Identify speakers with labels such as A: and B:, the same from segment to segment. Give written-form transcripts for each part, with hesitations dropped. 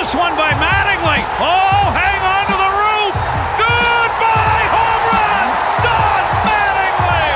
A: this one by Mattingly. Oh, hang on to the roof. Goodbye, home run. Don Mattingly.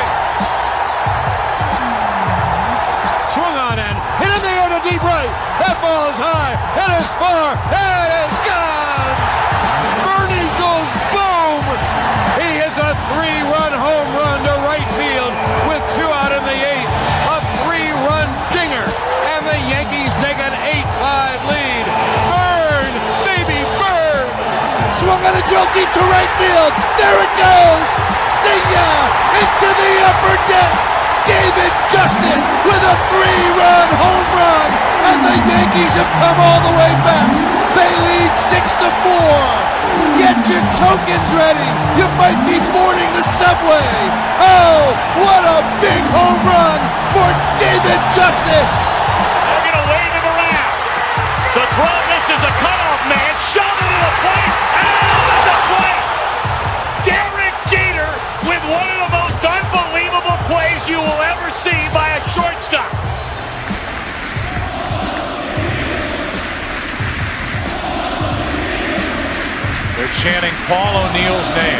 B: Swung on and hit in the air to deep right. That ball is high. It is far. It is gone. Bernie goes boom. He hits a 3-run home run to right field with 2 out in the 8th. A 3-run dinger. And the Yankees take an 8-5 lead. Burn, baby, burn. Swung on a drill deep to right field. There it goes. See ya. Into the upper deck. David Justice with a 3-run home run, and the Yankees have come all the way back. They lead 6-4. Get your tokens ready. You might be boarding the subway. Oh, what a big home run for David Justice.
A: They're going to wave him around. The throw misses a cutoff man. Shot into the plate. Out of the plate. Derek Jeter with one of the most unbelievable plays you will ever see by a shortstop. They're chanting Paul O'Neill's name.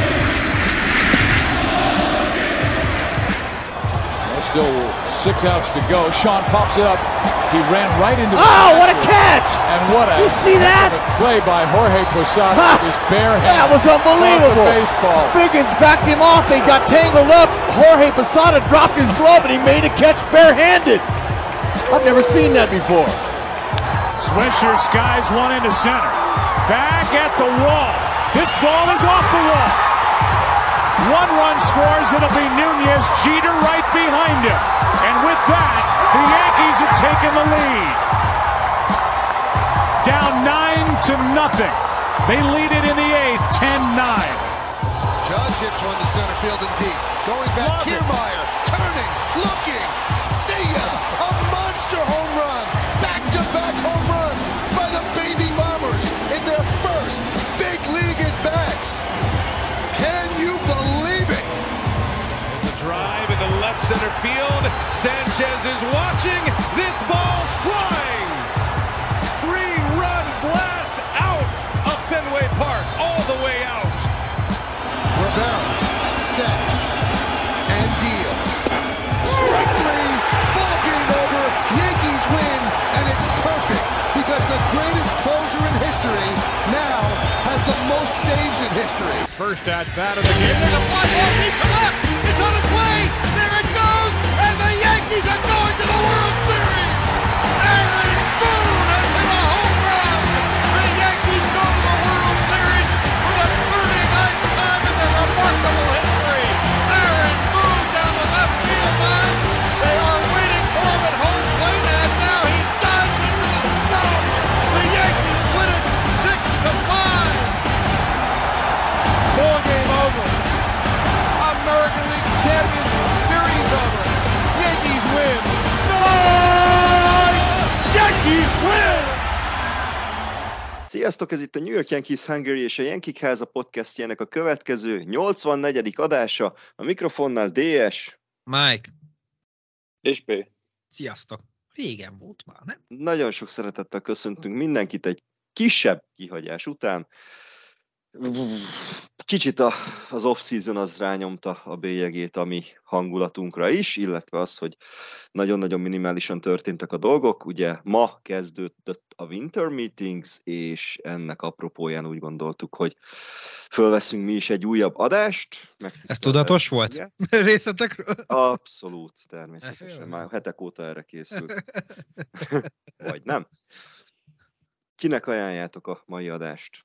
C: Still 6 outs to go. Sean pops it up. He ran right into the
D: what a catch!
C: And what a
D: Did you see that?
C: Play by Jorge Posada with his bare hand.
D: That was unbelievable.
C: Baseball.
D: Figgins backed him off. They got tangled up. Jorge Posada dropped his glove and he made a catch barehanded. I've never seen that before.
A: Swisher skies one into center. Back at the wall. This ball is off the wall. 1 run scores. It'll be Nunez. Jeter right behind him. And with that, the Yankees have taken the lead. Down 9-0. They lead it in the 8th, 10-9.
B: Judge hits one to center field and deep. Going back, Kiermaier, turning, looking, see ya! A monster home run! Back-to-back home runs by the Baby Bombers in their first big league at-bats. Can you believe it?
A: The drive in the left center field. Sanchez is watching. This ball's flying. 3-run blast out of Fenway Park, all the way out.
B: Rivera sets and deals. Strike 3, ball game over. Yankees win, and it's perfect because the greatest closer in history now has the most saves in history.
A: First at bat of the game.
E: There's a fly ball deep to left. It's on its way. There it goes. And the Yankees are going to the World Series. Aaron Boone has hit a home run. The Yankees go to the World Series for the 39th time in their remarkable history. Aaron Boone down the left field line. They are waiting for him at home plate, and now he dives into the stone. The Yankees win it 6-5.
B: Ball game over. American League Championship Series over. Yankees win.
E: Yankees win!
F: Sziasztok, ez itt a New York Yankees Hungary és a Yankee Háza podcastjának a következő 84. adása. A mikrofonnál DS.
G: Mike.
H: És P.
G: Sziasztok. Régen volt már, nem?
F: Nagyon sok szeretettel köszöntünk mindenkit egy kisebb kihagyás után. Kicsit az off-season az rányomta a bélyegét a mi hangulatunkra is, illetve az, hogy nagyon-nagyon minimálisan történtek a dolgok. Ugye ma kezdődött a Winter Meetings, és ennek apropóján úgy gondoltuk, hogy fölveszünk mi is egy újabb adást.
G: Ez tudatos volt? Részletekről?
F: Abszolút, természetesen. Már hetek óta erre készült. Vagy nem? Kinek ajánljátok a mai adást?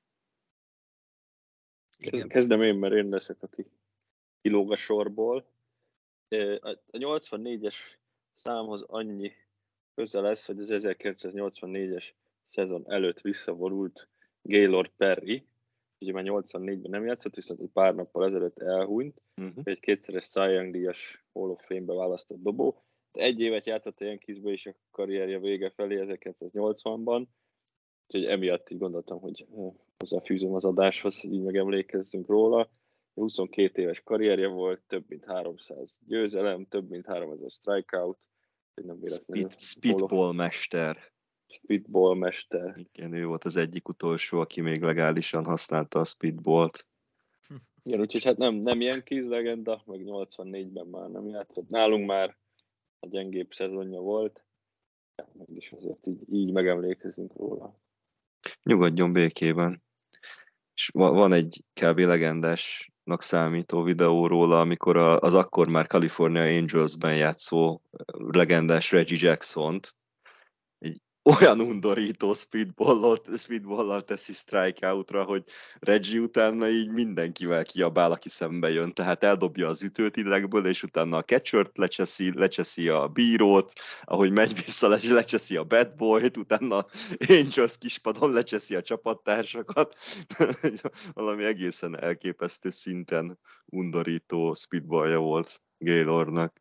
H: Kezdem én, mert én leszek, aki kilóg a sorból. A 84-es számhoz annyi köze lesz, hogy az 1984-es szezon előtt visszavonult Gaylord Perry. Ugye már 84-ben nem játszott, viszont egy pár nappal ezelőtt elhunyt. Egy 2-szeres Cy Young díjas Hall of Fame-be választott dobó. De 1 évet játszott a Yankeesbe is a karrierje vége felé 1980-ban. Úgyhogy emiatt így gondoltam, hogy hozzáfűzöm az adáshoz, hogy így megemlékezzünk róla. 22 éves karrierje volt, több mint 300 győzelem, több mint 3000 strikeout. Nem
F: Spitball mester.
H: speedball mester.
F: Igen, ő volt az egyik utolsó, aki még legálisan használta a speedballt.
H: Igen, úgyhogy hát nem ilyen legenda, meg 84-ben már nem játszott. Nálunk már a gyengébb szezonja volt, és azért így megemlékezünk róla.
F: Nyugodjon békében. És van egy kb. Legendásnak számító videó róla, amikor az akkor már California Angelsben játszó legendás Reggie Jacksont egy olyan undorító speedballal teszi strikeoutra, hogy Reggie utána így mindenkivel kiabál, aki szembe jön. Tehát eldobja az ütőt illegből, és utána a catchert lecseszi a bírót, ahogy megy vissza, lecseszi a bad boyt, utána Angels kispadon lecseszi a csapattársakat. Valami egészen elképesztő szinten undorító speedballja volt Gaylordnak.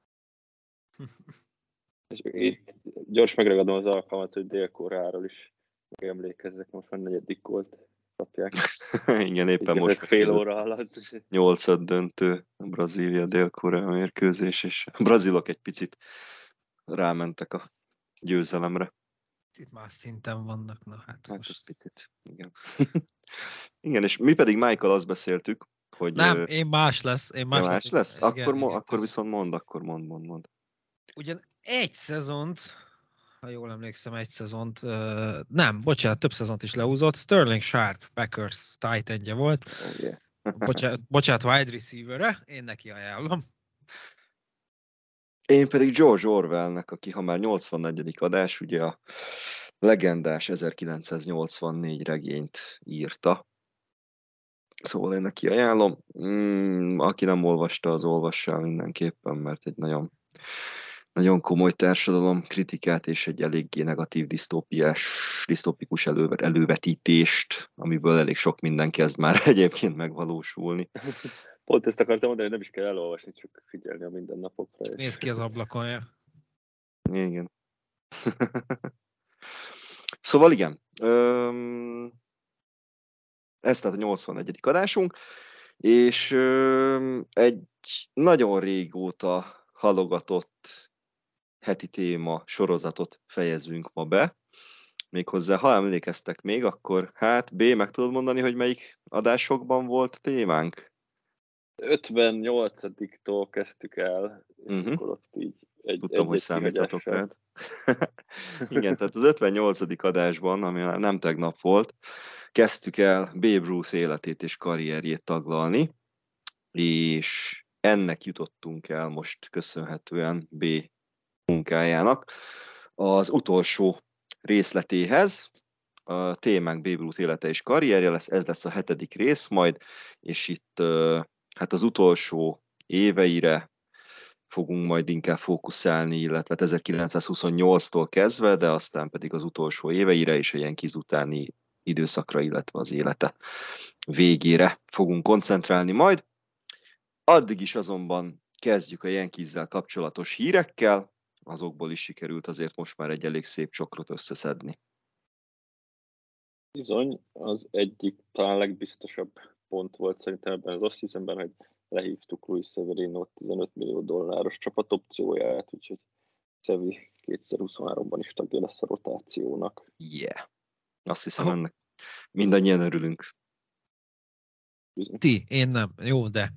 H: És itt gyors megragadom az alkalmat, hogy Dél-Koreáról is megemlékezzek, most már 4. gólt kapják.
F: Igen, éppen most
H: fél óra alatt.
F: 8. döntő a Brazília-Dél-Korea mérkőzés, és a brazilok egy picit rámentek a győzelemre.
G: Itt más szinten vannak, na hát most...
F: picit, igen. Igen, és mi pedig Michael azt beszéltük, hogy...
G: Nem, én más lesz.
F: Más lesz?
G: Igen,
F: akkor viszont mond.
G: Ugyan egy szezont, ha jól emlékszem, egy szezont, nem, bocsánat, több szezont is lehúzott, Sterling Sharp, Packers tight-endje volt, bocsánat, wide receiver-re, én neki ajánlom.
F: Én pedig George Orwellnek, aki ha már 84. adás, ugye a legendás 1984 regényt írta. Szóval én neki ajánlom. Aki nem olvasta, az olvassa el mindenképpen, mert egy nagyon komoly társadalom kritikát és egy eléggé negatív disztópikus elővetítést, amiből elég sok minden kezd már egyébként megvalósulni.
H: Pont ezt akartam mondani, hogy nem is kell elolvasni, csak figyelni a mindennapokra.
G: Nézd ki az ablakonja.
F: Igen. Szóval igen. Ez tehát a 81. adásunk, és egy nagyon régóta halogatott heti téma sorozatot fejezünk ma be. Méghozzá, ha emlékeztek még, akkor hát B, meg tudod mondani, hogy melyik adásokban volt témánk?
H: 58-tól kezdtük el, és akkor ott így
F: tudtam, hogy számíthatok rád. Igen, tehát az 58. adásban, ami nem tegnap volt, kezdtük el Babe Ruth életét és karrierjét taglalni, és ennek jutottunk el most köszönhetően B munkájának az utolsó részletéhez. A témánk Babe Ruth élete és karrierje lesz, ez lesz a 7. rész majd, és itt hát az utolsó éveire fogunk majd inkább fókuszálni, illetve 1928-tól kezdve, de aztán pedig az utolsó éveire és a Yankees utáni időszakra, illetve az élete végére fogunk koncentrálni majd. Addig is azonban kezdjük a Yankees-zel kapcsolatos hírekkel, azokból is sikerült azért most már egy elég szép csokrot összeszedni.
H: Bizony, az egyik talán legbiztosabb pont volt szerintem ebben az off-seasonben, hogy lehívtuk Luis Severinót $15 millió csapatopcióját, úgyhogy Sevi 2023-ban is tagja lesz a rotációnak.
F: Yeah. Azt hiszem, ennek mindannyian örülünk.
G: Ti, én nem. Jó, de...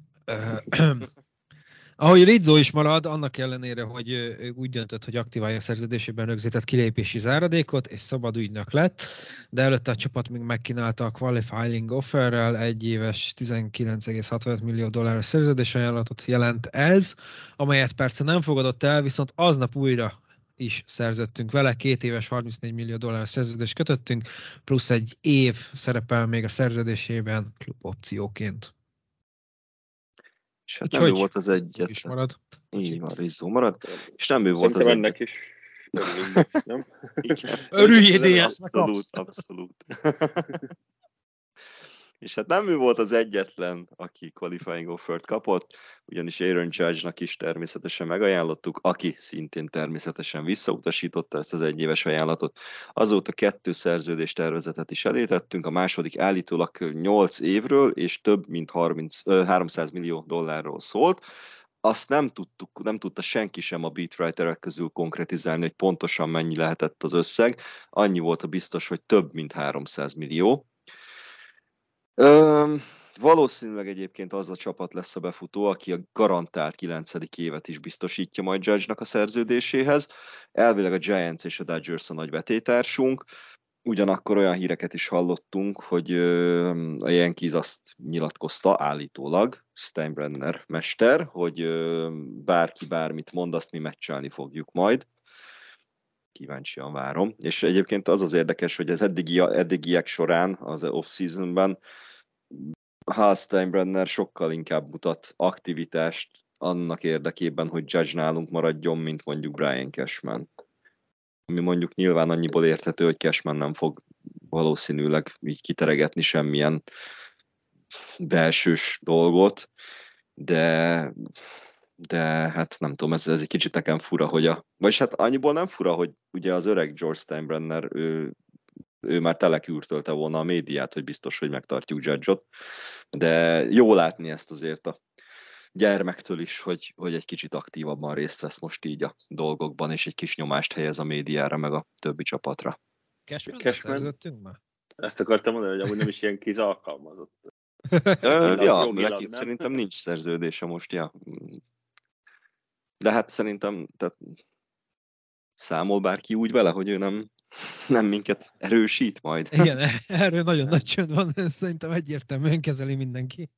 G: Ahogy Rizzo is marad, annak ellenére, hogy ő úgy döntött, hogy aktiválja a szerződésében rögzített kilépési záradékot, és szabad ügynök lett, de előtte a csapat még megkínálta a qualifying offerrel, 1 éves $19,65 millió szerződésajánlatot jelent ez, amelyet persze nem fogadott el, viszont aznap újra is szerződtünk vele, 2 éves $34 millió szerződést kötöttünk, plusz 1 év szerepel még a szerződésében klubopcióként.
F: És hát nem ő volt az egyetlen.
G: Marad.
F: Így van, Rizzo marad. És nem ő volt az
H: ennek is nem?
G: Örüljé DS-nek
F: abszolút. És hát nem ő volt az egyetlen, aki qualifying offert kapott, ugyanis Aaron Judge-nak is természetesen megajánlottuk, aki szintén természetesen visszautasította ezt az 1 éves ajánlatot. Azóta 2 szerződés tervezetet is elétettünk, a második állítólag 8 évről és több mint $300 millió szólt. azt nem tudta senki sem a beatwriterek közül konkretizálni, hogy pontosan mennyi lehetett az összeg. Annyi volt a biztos, hogy több mint 300 millió. Valószínűleg egyébként az a csapat lesz a befutó, aki a garantált 9. évet is biztosítja majd Judge-nak a szerződéséhez. Elvileg a Giants és a Dodgers a nagy vetétársunk. Ugyanakkor olyan híreket is hallottunk, hogy a Yankees azt nyilatkozta állítólag, Steinbrenner mester, hogy bárki bármit mond, azt mi meccselni fogjuk majd. Kíváncsian várom. És egyébként az érdekes, hogy az eddigiek során, az off-seasonben Hal Steinbrenner sokkal inkább mutat aktivitást annak érdekében, hogy Judge nálunk maradjon, mint mondjuk Brian Cashman. Ami mondjuk nyilván annyiból érthető, hogy Cashman nem fog valószínűleg így kiteregetni semmilyen belsős dolgot, de hát nem tudom, ez egy kicsit nekem fura, hogy vagyis hát annyiból nem fura, hogy ugye az öreg George Steinbrenner, ő már telekürtölte volna a médiát, hogy biztos, hogy megtartjuk Judge-ot, de jó látni ezt azért a gyermektől is, hogy egy kicsit aktívabban részt vesz most így a dolgokban, és egy kis nyomást helyez a médiára, meg a többi csapatra.
G: Cashman szerződtünk már?
H: Ezt akartam mondani, hogy amúgy nem is ilyen alkalmazott.
F: Szerintem nincs szerződése most, ja. De hát szerintem tehát számol bárki úgy vele, hogy ő nem minket erősít majd.
G: Igen, erről nagyon nagy csönd van, szerintem egyértelműen kezeli mindenki.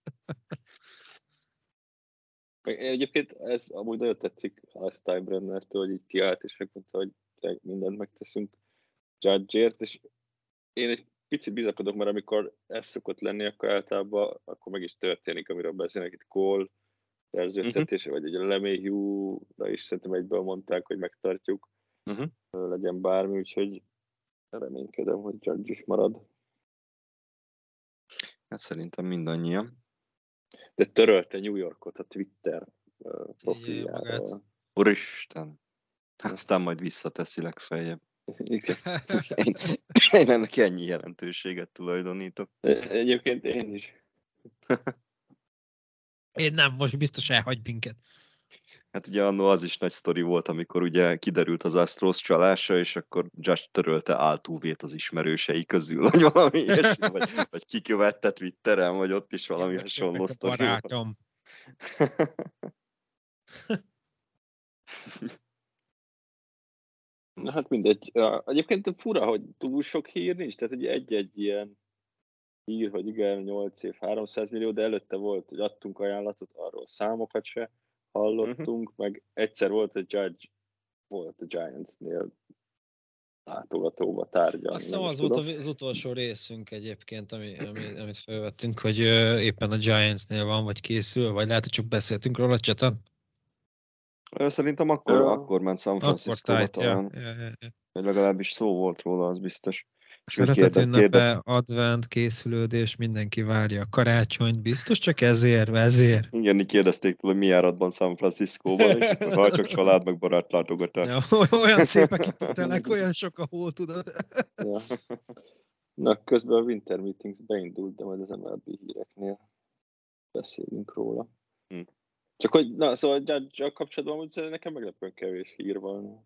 H: Egyébként ez amúgy nagyon tetszik a Steinbrennertől, hogy így kiállt, és megmondta, hogy mindent megteszünk Judge-ért, és én egy picit bizakodok, mert amikor ez szokott lenni, akkor általában akkor meg is történik, amiről beszélnek itt Cole szerződtetése, vagy egy LeMahieu-ra is szerintem egyből mondták, hogy megtartjuk, legyen bármi, úgyhogy reménykedem, hogy Judge is marad.
F: Hát szerintem mindannyian.
H: De törölte New Yorkot a Twitter profiljáról.
F: Úristen! Aztán majd visszateszi legfeljebb.
H: Igen.
F: Én ennek ennyi jelentőséget tulajdonítok.
H: Egyébként én is.
G: Én nem, most biztos elhagy minket.
F: Hát ugye annó az is nagy sztori volt, amikor ugye kiderült az Astros csalása, és akkor Judge törölte Altuve-t az ismerősei közül, vagy valami ilyesmi, vagy kikövette Twitteren, vagy ott is valami hasonló sztori.
G: Barátom.
H: Na hát mindegy. Egyébként fura, hogy túl sok hír nincs, tehát ugye egy-egy ilyen hír, hogy igen, 8 év, 300 millió, de előtte volt, hogy adtunk ajánlatot, arról számokat se hallottunk, meg egyszer volt, hogy Judge volt a Giantsnél látogatóba tárgyalni.
G: Azt hiszem az volt az utolsó részünk egyébként, amit felvettünk, hogy éppen a Giantsnél van, vagy készül, vagy lehet, hogy csak beszéltünk róla cseten.
F: Szerintem akkor ment San Francisco-ba talán. Vagy legalábbis szó volt róla, az biztos.
G: Szeretet ünnepe, advent, készülődés, mindenki várja a karácsonyt, biztos csak ezért.
F: Igen, így kérdezték tőle, hogy mi járatban San Francisco-ban, és akkor csak család meg barát látogatás.
G: Ja, olyan szépek itt a telek, olyan sok a hó, tudod.
H: Ja. Na, közben a Winter Meetings beindult, de majd az MLB híreknél beszélünk róla. Csak hogy, na, szóval Judge-a kapcsolatban úgy nekem meglepően kevés hír van.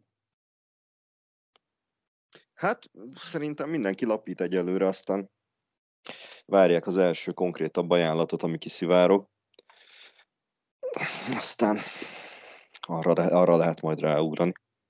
F: Hát szerintem mindenki lapít egyelőre, aztán várják az első konkrétabb ajánlatot, ami kiszivárog. Aztán arra lehet majd ráugrani.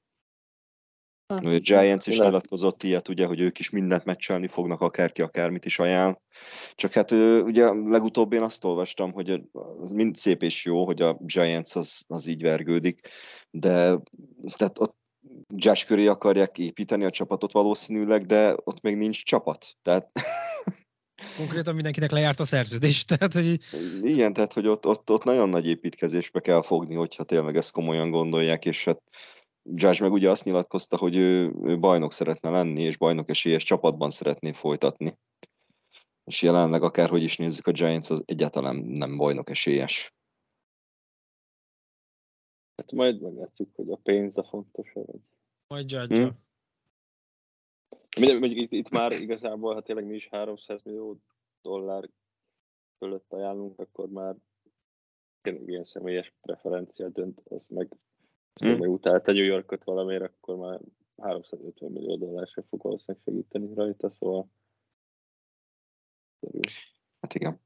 F: A Giants is nyilatkozott ilyet, ugye, hogy ők is mindent meccselni fognak, akárki akármit is ajánl. Csak hát ugye legutóbb én azt olvastam, hogy az mind szép és jó, hogy a Giants az így vergődik, de tehát ott Judge köré akarják építeni a csapatot valószínűleg, de ott még nincs csapat. Tehát...
G: Konkrétan mindenkinek lejárt a szerződés. Tehát, hogy...
F: Igen, tehát hogy ott nagyon nagy építkezésbe kell fogni, hogyha tényleg ezt komolyan gondolják, és hát Judge meg ugye azt nyilatkozta, hogy ő bajnok szeretne lenni, és bajnok esélyes csapatban szeretné folytatni. És jelenleg akárhogy is nézzük, a Giants az egyáltalán nem bajnok esélyes.
H: Hát majd meglátjuk, hogy a pénz a fontos-e, vagy...
G: Majd Judge-a.
H: Itt már igazából, ha tényleg mi is $300 millió fölött ajánlunk, akkor már tényleg ilyen személyes preferencia dönt, az meg utált a New Yorkot valamiért, akkor már $350 millió sem fog valószínűleg segíteni rajta, szóval
F: hát igen.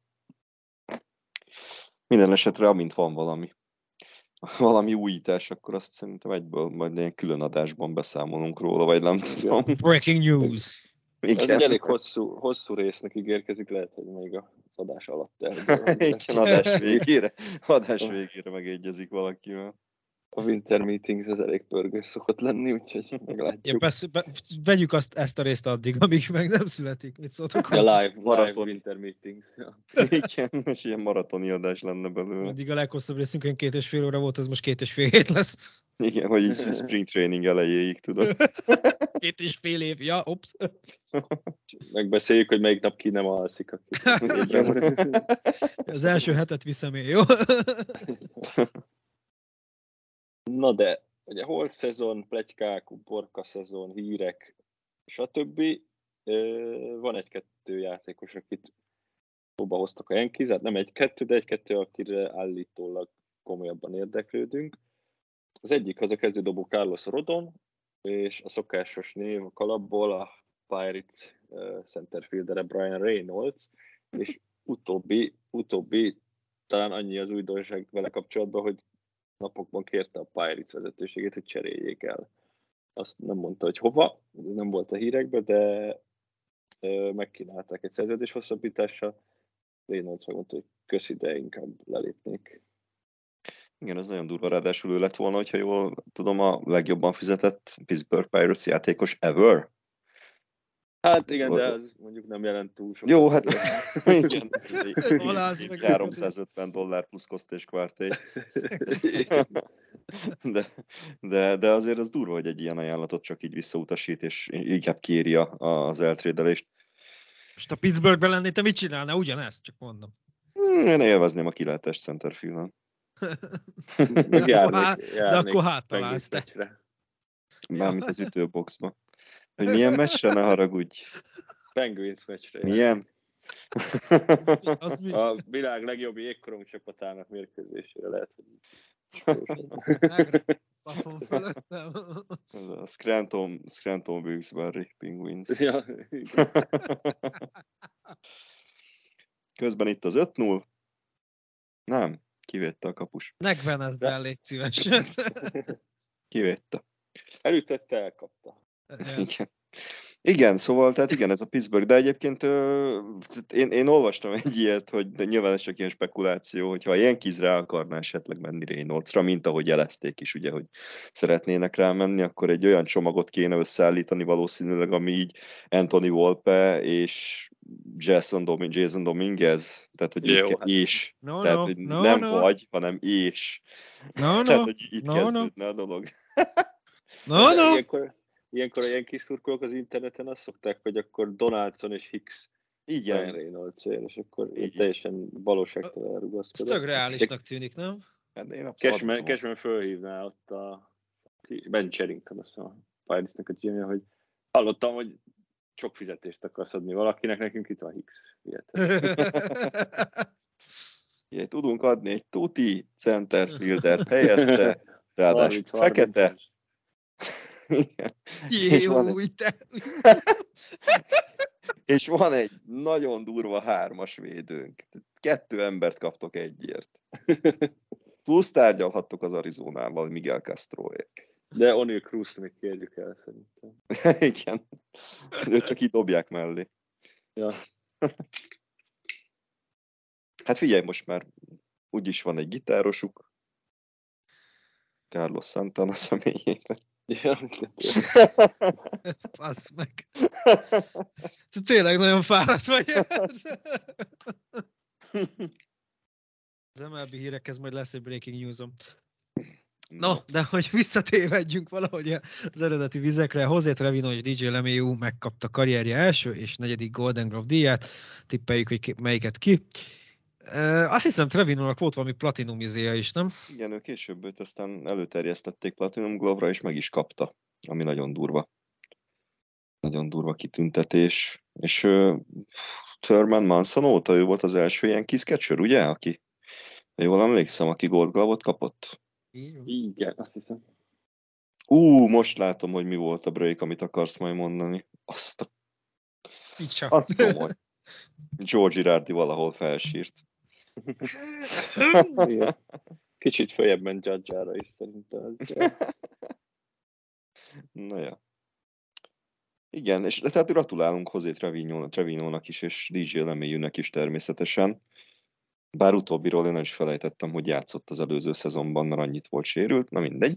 F: Minden esetre, amint van valami újítás, akkor azt szerintem egyből majd ilyen külön adásban beszámolunk róla, vagy nem tudom.
G: Breaking news!
H: Ez egy elég hosszú résznek ígérkezik, lehet, hogy még az adás alatt
F: igen, adás végére megegyezik valakivel.
H: A Winter Meetings az elég pörgős szokott lenni, úgyhogy meglátjuk.
G: Ja, vegyük ezt a részt addig, amíg meg nem születik. Mit szóltok?
H: A live Winter Meetings. Ja.
F: Igen, és ilyen maratoni adás lenne belőle.
G: Addig a leghosszabb részünkön 2,5 óra volt, ez most 2,5 hét lesz.
F: Igen, hogy így spring training elejéig, tudod.
G: 2,5 év, ja, ops.
H: Megbeszéljük, hogy melyik nap ki nem alszik.
G: Az első hetet viszem én, jó?
H: Na de, ugye holt szezon, pletykák, borka szezon, hírek, stb. Van egy-kettő játékos, akit szóba hoztak a Yankees, hát nem egy-kettő, de egy-kettő, akire állítólag komolyabban érdeklődünk. Az egyik az a kezdődobó Carlos Rodon, és a szokásos név a kalapból a Pirates centerfieldere Brian Reynolds, és utóbbi talán annyi az újdonság vele kapcsolatban, hogy napokban kérte a Pirates vezetőségét, hogy cseréljék el. Azt nem mondta, hogy hova, ez nem volt a hírekben, de megkínálták egy szerződés hosszabbítással. Reynolds megmondta, hogy köszi, de inkább lelépnék.
F: Igen, ez nagyon durva, ráadásul ő lett volna, hogyha jól tudom, a legjobban fizetett Pittsburgh Pirates játékos ever.
H: Hát igen, de az mondjuk nem jelent túl sok.
F: Jó, hát igen. $350 plusz koszt és kvárté. De azért az durva, hogy egy ilyen ajánlatot csak így visszautasít, és inkább kéri az eltrédelést.
G: Most a Pittsburghben lennél, te mit csinálnál? Ugyanezt, csak mondom.
F: Én élvezném a kilátást centerfielden.
G: De akkor háttalálsz te.
F: Mármint az ütőboxba. Hogy milyen meccsre, ne haragudj.
H: Penguins meccsre.
F: Milyen?
H: A világ legjobb jégkorong csapatának mérkőzésére lehet, hogy
F: a Scranton Wilkes-Barre Penguins.
H: Ja,
F: közben itt az 5-0. Nem, kivédte a kapus.
G: Megvenezd el, légy szíves.
F: Kivédte.
H: Elütette, elkapta.
F: Igen, szóval, tehát igen, ez a Pittsburgh, de egyébként én olvastam egy ilyet, hogy de nyilván ez csak ilyen spekuláció, hogyha a Yankees rá akarná esetleg menni Reynoldsra, mint ahogy jelezték is, ugye, hogy szeretnének rámenni, akkor egy olyan csomagot kéne összeállítani valószínűleg, ami így Anthony Volpe és Jason Dominguez, tehát hogy és, tehát hogy nem vagy, hanem és. Tehát, hogy itt kezdődne a dolog.
H: Ilyenkor a Yankees szurkolók az interneten azt szokták, hogy akkor Donaldson és Hicks
F: igen.
H: Reynolds él, és akkor teljesen valóságtalan elrugaszkodott.
G: Ez tök reálisnak tűnik, nem?
H: Cashman fölhívná ott a Ben Cherington, azt a Pirates-nek a GM-je, hogy hallottam, hogy sok fizetést akarsz adni valakinek, nekünk itt van Hicks.
F: Tudunk adni egy tuti centerfieldert helyette, ráadásul fekete. És van egy nagyon durva 3-as védőnk. 2 embert kaptok egyért. Plusz tárgyalhattok az Arizonával, Miguel Castroért.
H: De O'Neill Cruz még kérjük el, szerintem.
F: Igen. Őt csak így dobják mellé.
H: Ja.
F: Hát figyelj, most már úgyis van egy gitárosuk. Carlos Santana személyében.
H: Ja.
G: Passz meg. Tényleg nagyon fáradt vagy. Az MLB hírekhez majd lesz egy breaking news-om. No, de hogy visszatévedjünk valahogy az eredeti vizekre, José Trevino és DJ LeMahieu megkapta karrierje első és 4. Golden Glove díját. Tippeljük, hogy melyiket ki. Azt hiszem Trevinónak volt valami platinum izéja is, nem?
F: Igen, ő később őt aztán előterjesztették Platinum Glove-ra, és meg is kapta, ami nagyon durva. Nagyon durva kitüntetés. És Thurman Munson óta ő volt az első ilyen catcher, ugye? Aki Jól emlékszem, aki Gold Glove-ot kapott?
H: Igen, azt hiszem.
F: Most látom, hogy mi volt a break, amit akarsz majd mondani. Azt komoly. George Girardi valahol felsírt.
H: Igen. Kicsit följebb ment Judge-ára is szerintem.
F: Na ja. Igen, és tehát gratulálunk José Trevinónak is, és DJ LeMahieu-nek is természetesen. Bár utóbbiról én is felejtettem, hogy játszott az előző szezonban, mert annyit volt sérült, na mindegy.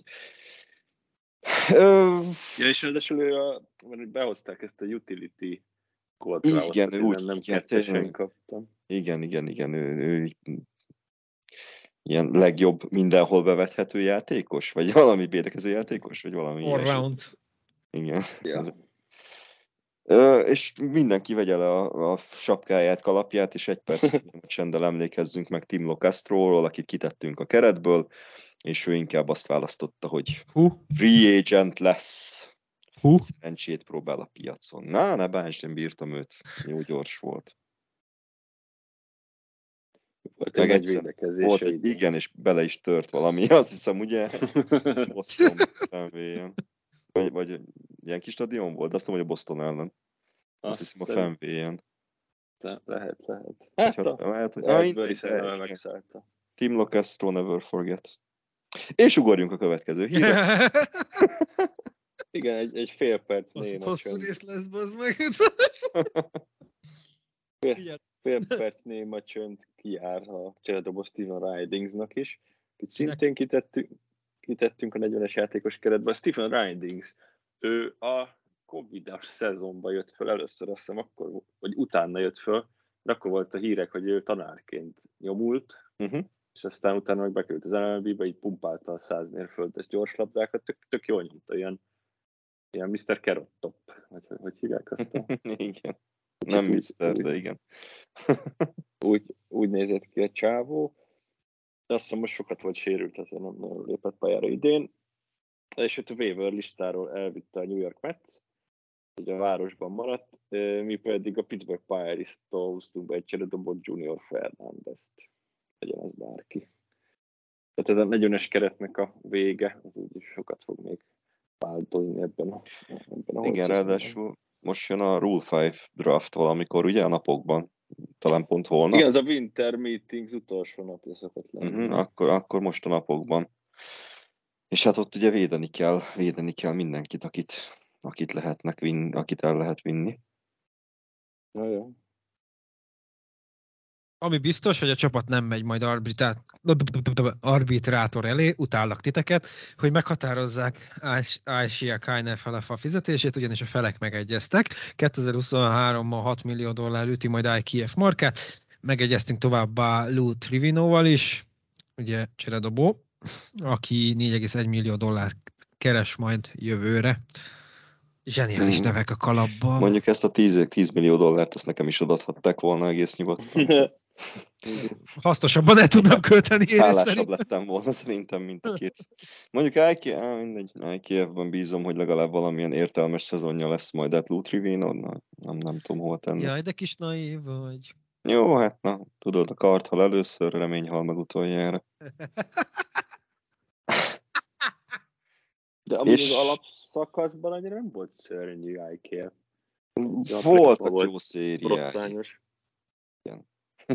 H: Ja, és ráadásul behozták ezt a utility Gold
F: Igen, ő úgy
H: nem kettesen kaptam.
F: Igen, ő ilyen legjobb mindenhol bevethető játékos, vagy valami védekező játékos, vagy valami
G: all-round.
F: Igen.
H: Ja.
F: És mindenki vegye le a sapkáját, kalapját, és egy perc csenddel emlékezzünk meg Tim Locastro-ról, akit kitettünk a keretből, és ő inkább azt választotta, hogy free agent lesz. Szerencsét próbál a piacon. Ne bántsd, én bírtam őt. Jó gyors volt.
H: Volt
F: meg
H: egy védekezés.
F: Volt igen, és bele is tört valami. Azt hiszem, ugye? Boston Fenwayen. Vagy ilyen kis stadion volt? Azt mondom, hogy a Boston ellen. Azt hiszem a Fenwayen.
H: Lehet.
F: Lehet, hogy
H: megszállta.
F: Tim Locastro, never forget. És ugorjunk a következő hírre.
H: Igen, egy fél perc
G: néma hosszú rész lesz, bazd meg.
H: Fél perc néma csönd kijár a cseredoboz Stephen Ridings-nak is. Itt szintén kitettünk a 40-es játékos keretbe. A Stephen Ridings, ő a Covid-as szezonban jött föl először, azt hiszem akkor, vagy utána jött föl, de akkor volt a hírek, hogy ő tanárként nyomult, és aztán utána meg bekerült az MLB-be, így pumpálta a 100 mérföldes gyorslabdákat, tök jól nyomta, ilyen Mr. Carrot Top, vagy hogy hívják azt?
F: Igen. Nem Mr., de igen.
H: úgy nézett ki a csávó. De azt hiszem, most sokat volt sérült, azért nem nagyon lépett pályára idén. És őt a waiver listáról elvitte a New York Mets, hogy a városban maradt, mi pedig a Pittsburgh Pirates-tól húztunk be egy cseredobot Junior Fernandez-t. Legyen az bárki. Tehát ez a 40-es keretnek a vége, az úgyis sokat fog még változni ebben a
F: igen, ráadásul most jön a Rule 5 draft valamikor, ugye a napokban, talán pont holnap.
H: Igen, az a Winter Meetings utolsó napja szokott lenni.
F: Akkor most a napokban. És hát ott ugye védeni kell mindenkit, akit el lehet vinni.
H: Ja.
G: Ami biztos, hogy a csapat nem megy majd arbitrátor elé, utállak titeket, hogy meghatározzák Aishia Kainel-Falefa fizetését, ugyanis a felek megegyeztek. 2023-ban $6 millió üti majd IKF markát. Megegyeztünk továbbá Lou Trivinoval is, ugye cseredobó, aki $4,1 millió keres majd jövőre. Zseniális nevek a kalapban.
F: Mondjuk ezt a $10 millió ezt nekem is adathatták volna egész nyugodtan.
G: Hasznosabban el tudnám költeni.
F: Hálásabb lettem volna szerintem, mint a két. Mondjuk IKF-ben bízom, hogy legalább valamilyen értelmes szezonja lesz majd Lou Trivino, nem tudom hova tenni.
G: Jaj, de kis naív vagy.
F: Jó, hát tudod, a kart hal először, remény hal meg utoljára.
H: De amúgy az alapszakaszban annyira nem volt szörnyű IKF.
F: Voltak jó szériák. Igen.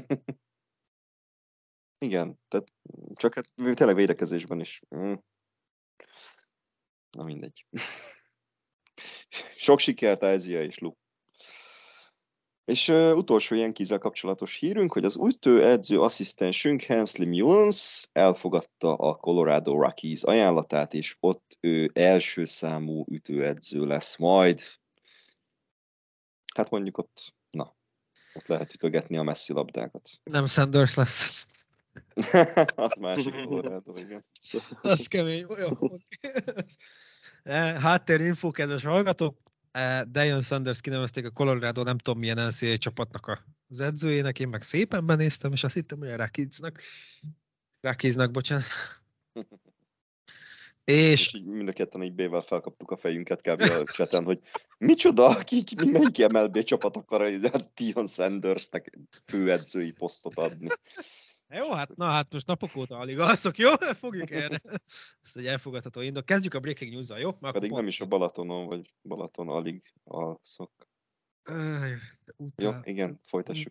F: Igen, tehát csak hát tényleg védekezésben is. Na mindegy. Sok sikert Ázia és Lu. És utolsó ilyen kézzel kapcsolatos hírünk, hogy az ütőedző asszisztensünk Hensley Mullins elfogadta a Colorado Rockies ajánlatát, és ott ő első számú ütőedző lesz majd. Hát mondjuk ott lehet ütögetni a messzi labdákat.
G: Nem Sanders lesz.
F: Az másik Colorado, igen.
G: Az kemény. Jó. Háttérinfó, kedves hallgatók. Deion Sanders kinevezték a Colorado, nem tudom milyen NCAA csapatnak az edzőjének, én meg szépen benéztem, és azt hittem, hogy a Rockiesnak, bocsánat. És
F: mind a ketten így B-vel felkaptuk a fejünket kb. A chaten, hogy micsoda, melyik MLB csapat akar Deion Sandersnek főedzői posztot adni.
G: Jó, hát most napok óta alig alszok, jó? Fogjuk erre. Ezt egy elfogadható indok. Kezdjük a breaking news-zal, jó?
F: Pedig nem is a Balatonon, vagy Balaton alig alszok. Jó, igen, folytassuk.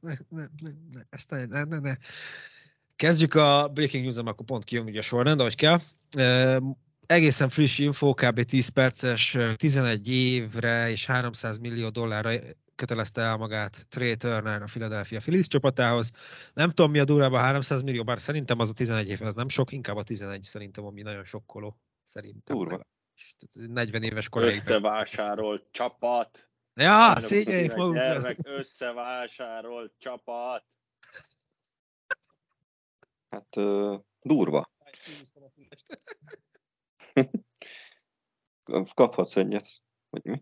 G: Ne. Kezdjük a breaking news-zal, akkor pont kijön ugye a sorrend, ahogy kell. Egészen friss info, kb. 10 perces, 11 évre és $300 millió kötelezte el magát Trey Turner a Philadelphia Phillies csapatához. Nem tudom, mi a durvában 300 millió, bár szerintem az a 11 év, az nem sok, inkább a 11 szerintem, ami nagyon sokkoló. Szerintem.
F: Durva.
G: 40 éves koráig.
H: Összevásárolt csapat.
G: Ja, szégyeljék magukat.
H: Összevásárolt csapat.
F: Hát durva. Kaphatsz egyet, vagy mi?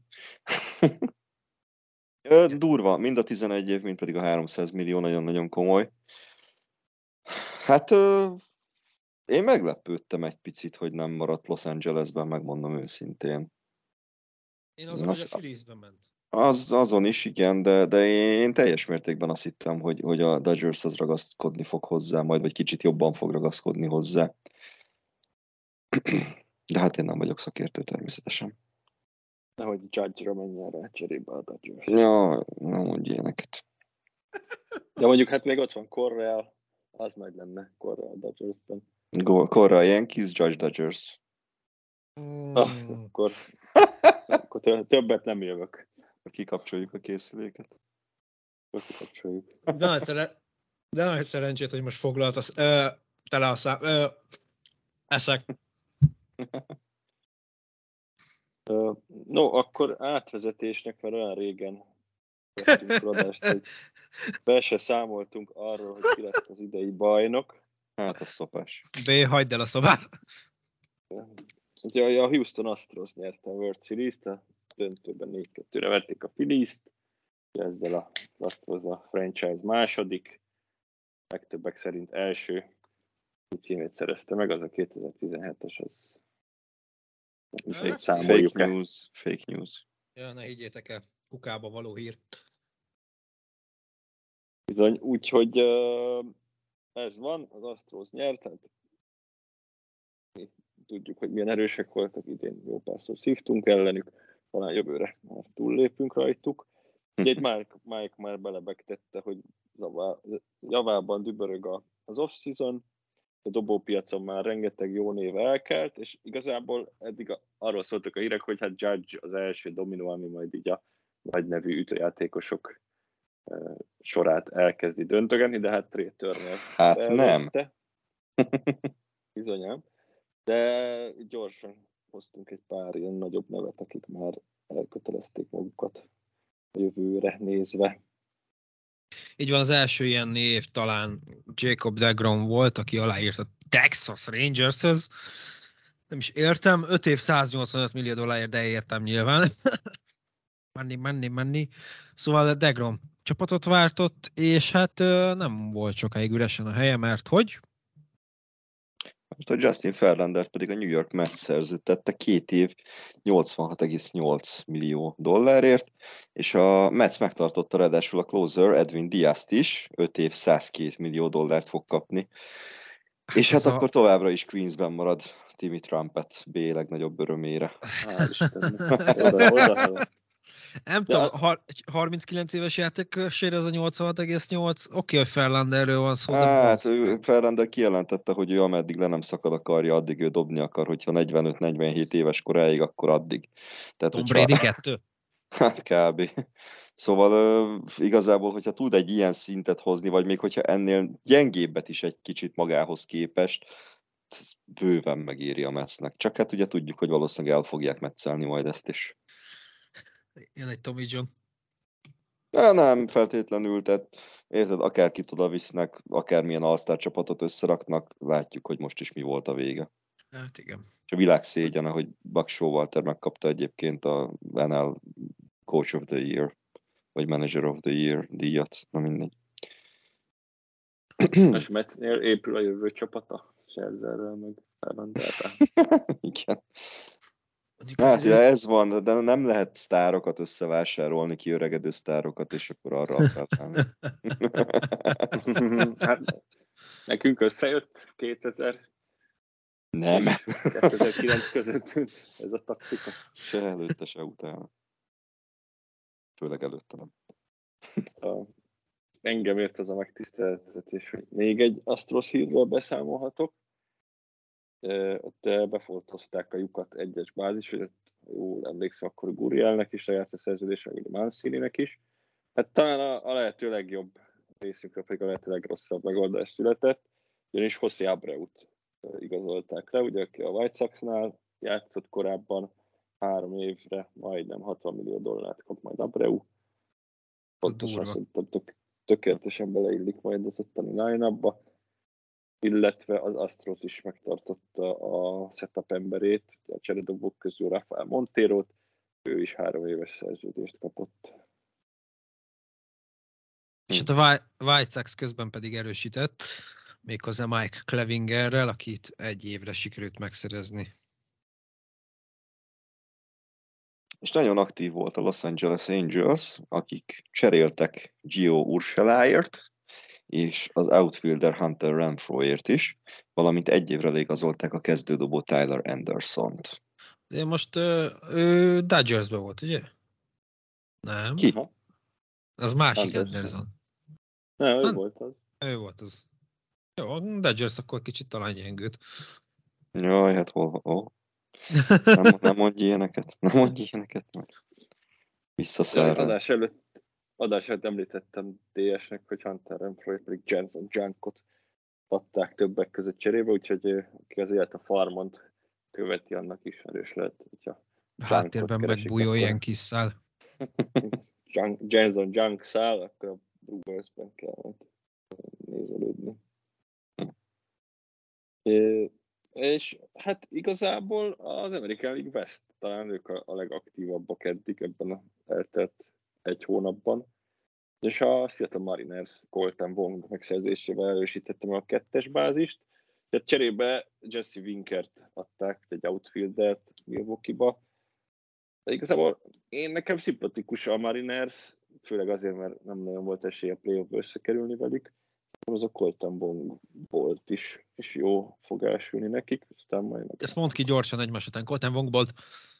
F: Durva, mind a 11 év, mind pedig a 300 millió nagyon-nagyon komoly. Hát én meglepődtem egy picit, hogy nem maradt Los Angelesben, megmondom őszintén.
G: Én azon, hogy a Philliesben ment.
F: Azon is, igen, de én teljes mértékben azt hittem, hogy a Dodgers az ragaszkodni fog hozzá, majd vagy kicsit jobban fog ragaszkodni hozzá. De hát én nem vagyok szakértő természetesen.
H: Nehogy Judge-ra menjen rá cserébe a Dodgers.
F: Ja, nem mondj ilyeneket.
H: De mondjuk hát még ott van Correa, az nagy lenne Correa a Dodgersben.
F: Correa Yankees, Judge Dodgers.
H: Akkor többet nem jövök.
F: Kikapcsoljuk a készüléket.
H: Kikapcsoljuk.
G: De nagy szerencsét, hogy most foglaltasz. Tele a szám. Eszek.
H: No, akkor átvezetésnek, mert olyan régen tettünk adást, hogy be se számoltunk arról, hogy ki lett az idei bajnok.
F: Hát a szopás.
G: Hagyd el a szobát.
H: Ugye a Houston Astros nyerte a World Series-t, a döntőben 4-2-re verték a Phillies-t, ezzel a Astros a franchise második, legtöbbek szerint első címét szerezte meg, az a 2017-es, az
F: Fake news.
G: Ja, ne higgyétek el, kukába való hír.
H: Bizony, úgyhogy ez van, az Astros nyert, tehát mi tudjuk, hogy milyen erősek voltak idén, jó párszor szívtunk ellenük, talán jövőre már túllépünk rajtuk. Ugye itt Mike már belebegtette, hogy javában dübörög az off-season, a dobópiacon már rengeteg jó név elkelt, és igazából eddig arról szóltak a hírek, hogy hát Judge az első dominó, ami majd így a nagy nevű ütőjátékosok sorát elkezdi döntögetni, de hát Trey Turner
F: nem.
H: Bizonyám. De gyorsan hoztunk egy pár ilyen nagyobb nevet, akik már elkötelezték magukat a jövőre nézve.
G: Így van, az első ilyen név talán Jacob deGrom volt, aki aláírt a Texas Rangershez. Nem is értem, 5 év $185 millió, de értem nyilván. Money. Szóval deGrom csapatot váltott, és hát nem volt sokáig üresen a helye, mert hogy?
F: A Justin Verlandert pedig a New York Mets szerződtette 2 év $86,8 millió, és a Mets megtartotta ráadásul a closer Edwin Diaz-t is, 5 év $102 millió fog kapni. És hát akkor továbbra is Queensben marad Timmy Trumpet B legnagyobb örömére.
G: Nem tudom, 39 éves játékosért ez a 86,8, oké, hogy Verlanderről van szó, de...
F: Hát, Verlander kijelentette, hogy ő ameddig le nem szakad a karja, addig ő dobni akar, hogyha 45-47 éves koráig, akkor addig. Tehát,
G: Tom Brady 2?
F: Hát kb. Szóval igazából, hogyha tud egy ilyen szintet hozni, vagy még hogyha ennél gyengébbet is egy kicsit magához képest, bőven megéri a Metsnek. Csak hát ugye tudjuk, hogy valószínűleg el fogják metszelni majd ezt is.
G: Jön egy Tommy John.
F: Nem feltétlenül, tehát érted, akárkit oda visznek, akármilyen all-star csapatot összeraknak, látjuk, hogy most is mi volt a vége.
G: Hát igen.
F: És a világ szégyene, hogy Buck Showalter megkapta egyébként a NL Coach of the Year, vagy Manager of the Year díjat, na mindegy.
H: És Metsnél épül a jövő csapata, Scherzerrel meg Verlanderrel.
F: Igen. Hát ja, ez van, de nem lehet sztárokat összevásárolni, kiöregedő sztárokat, és akkor arra akartálni.
H: Nekünk összejött 2000
F: Nem.
H: 2009 között ez a taktika.
F: Se előtte, se utána. Főleg előtte nem.
H: Engem ért az a megtiszteltetés, hogy még egy Astros hírről beszámolhatok. Ott befoltozták a lyukat egyes bázis, hogy jól emlékszem, akkor Gurrielnek is lejárt a szerződésre, vagy a Mancininek is. Hát talán a lehető legjobb részünkre, pedig a lehető legrosszabb megoldás született, ugyanis José Abreut igazolták le, ugye aki a White Sox-nál játszott korábban 3 évre, majdnem $60 millió kap majd Abreu. Pontosan szerintem tökéletesen beleillik majd az ottani line-upba, illetve az Astros is megtartotta a setup emberét, a cseredobók közül Rafael Monterót, ő is 3 éves szerződést kapott.
G: És hát a White Sox közben pedig erősített, méghozzá Mike Clevingerrel, akit 1 évre sikerült megszerezni.
F: És nagyon aktív volt a Los Angeles Angels, akik cseréltek Gio Urshelaért, és az outfielder Hunter Renfroért is, valamint 1 évre igazolták a kezdődobó Tyler Andersont.
G: De most Dodgersben volt, ugye? Nem.
F: Ki?
G: Az másik Anderson.
H: Nem, ő volt az.
G: Ő volt az. Jó, a Dodgers akkor kicsit talán gyengült.
F: Jaj, hát hol? Nem mondj ilyeneket. Nem mondj ilyeneket. Visszaszerrel.
H: Adás előtt említettem DS-nek, hogy Hunter Renfroy pedig Jensen Junkot adták többek között cserébe, úgyhogy aki az élet a farmon követi, annak is erős lehet.
G: Háttérben megbújó ilyen kis szál.
H: Jensen Junk szál, akkor a Brewers-ben kell nézelődni. És hát igazából az American League West, talán ők a legaktívabbak eddig ebben az eltelt 1 hónapban. És a Seattle Mariners Colton Wong megszerzésével erősítette meg a 2-es bázist. Tehát cserébe Jesse Winkert adták, egy outfieldert Milwaukee-ba. De igazából nekem szimpatikus a Mariners, főleg azért, mert nem nagyon volt esély a play-offba összekerülni velük. Az a Colton Wong volt is, és jó fog elsülni nekik. Aztán majd
G: ezt mondd ki gyorsan egymás után. Colton Wong volt.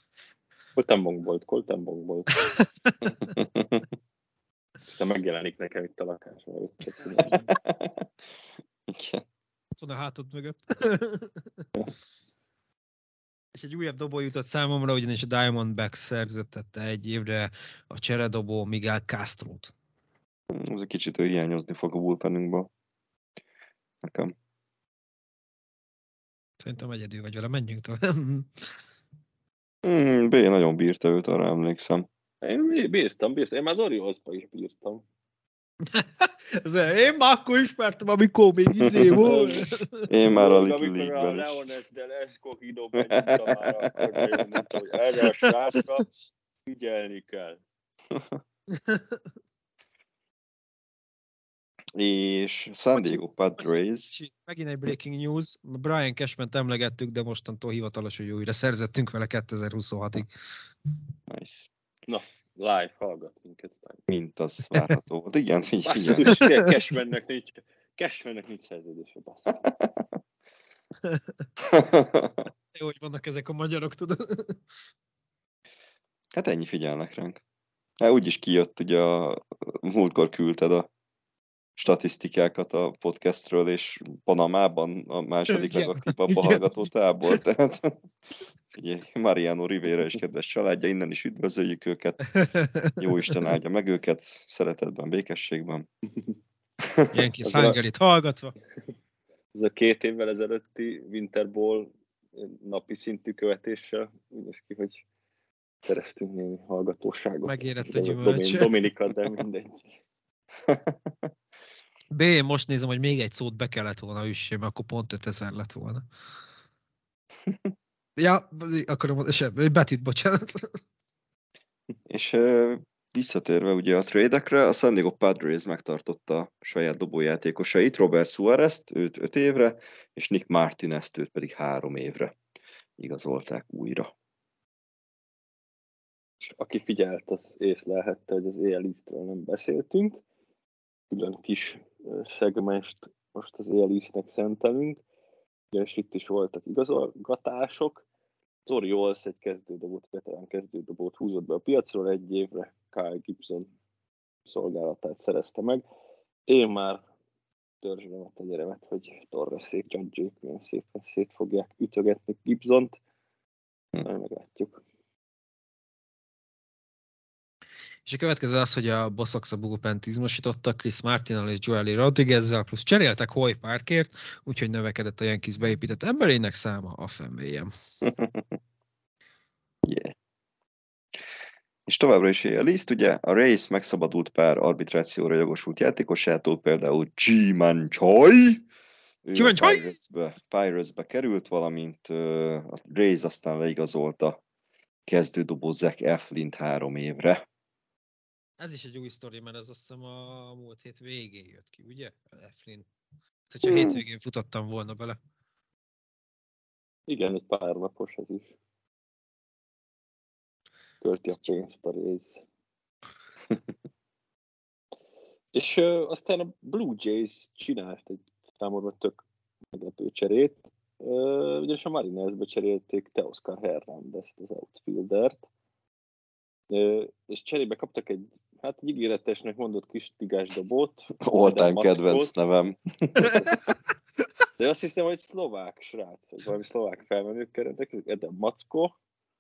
H: Colton Wong volt. Aztán megjelenik nekem itt a lakásban.
G: Ott van a hátad mögött. És egy újabb dobó jutott számomra, ugyanis a Diamondbacks szerződtette 1 évre a cseredobó Miguel Castrót.
F: Ez egy kicsit hiányozni fog a bullpenünkből. Nekem.
G: Szerintem egyedül vagy vele, menjünk tovább.
F: B nagyon bírta őt, arra emlékszem.
H: Én bírtam. Én már az Oriolsba is bírtam.
G: Én már akkor ismertem, amikor még volt.
F: Én már a Little League-ben is.
H: Leones del Escogido benyújtam már, akkor nagyon mondta, hogy erre a srácra figyelni kell.
F: És San Diego Padres.
G: Megint egy breaking news. Brian Cashman-t emlegettük, de mostantól hivatalos, hogy újra szerzettünk vele 2026-ig.
F: Nice.
H: Na, live hallgat minket.
F: Mint az várható volt. Igen, figyelj.
H: Cashmannek nincs szerződése.
G: Jó, hogy vannak ezek a magyarok, tudod?
F: Hát ennyi figyelnek ránk. Hát úgyis kijött, ugye múltkor küldted a statisztikákat a podcastről, és Panamában a második legaktívabb a hallgatótából. Tehát figyelj, Mariano Rivera és kedves családja, innen is üdvözöljük őket. Jó Isten áldja meg őket, szeretetben, békességben.
G: Ilyen kis Hungaryt hallgatva.
H: Ez a 2 évvel ezelőtti Winter Bowl napi szintű követéssel úgy néz ki, hogy szereztünk némi hallgatóságot.
G: Megérett a gyümölcs.
H: Dominika, de mindegy.
G: B, most nézem, hogy még egy szót be kellett volna üssé, mert akkor pont 5000 lett volna. Ja, akarom, betűt, bocsánat.
F: És visszatérve ugye a trade-ekre, a San Diego Padres megtartotta a saját dobójátékosait, Robert Suárez-t, őt 5 évre, és Nick Martinez-t, őt pedig 3 évre igazolták újra.
H: És aki figyelt, az észlelhette, hogy az AL Eastről nem beszéltünk. Külön kis szegmest most az AL-nek szentelünk, és itt is voltak igazolgatások. Az Orioles egy kezdődobót, veterán kezdődobót húzott be a piacról, 1 évre Kyle Gibson szolgálatát szerezte meg. Én már törzsölöm a tegyeremet, hogy Torresék, Judge-ék milyen szépen szét fogják ütögetni Gibsont. Meglátjuk.
G: És a következő az, hogy a Bo Sox a bullpent izmosítottak Chris Martinnal és Joely Rodriguezzel, plusz cseréltek Hoy Parkert, úgyhogy növekedett a Yankees beépített emberének száma a fennmélyen.
F: Yeah. És továbbra is él Liszt, ugye a Rays megszabadult pár arbitrációra jogosult játékosától, például Ji-Man Choi, ő a Pirates-be került, valamint a Rays aztán leigazolta kezdődobó Zach Eflint 3 évre.
G: Ez is egy új sztori, mert ez azt hiszem a múlt hét végén jött ki, ugye? Eflin. Hogyha hétvégén futottam volna bele.
H: Igen, egy pár napos ez is. Költi a pénzt a Rays. És aztán a Blue Jays csinált egy számomra tök meglepő cserét. Ugyanis a Marinersbe cserélték Teoscar Hernandez-t, az outfieldert. És cserébe kaptak egy ígéretesnek mondott kis tigásdobót.
F: All-time kedvenc nevem.
H: De azt hiszem, hogy szlovák srác, vagy valami szlovák felmenőkkel rendelkezik, Eden Mackó.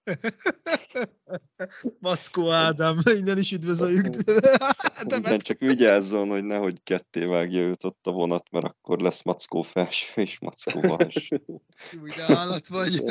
G: Mackó Ádám, innen is üdvözöljük.
F: Igen, csak vigyázzon, hogy nehogy ketté vágja őt ott a vonat, mert akkor lesz Mackó felső és Mackó alsó.
G: Úgy de állat vagy.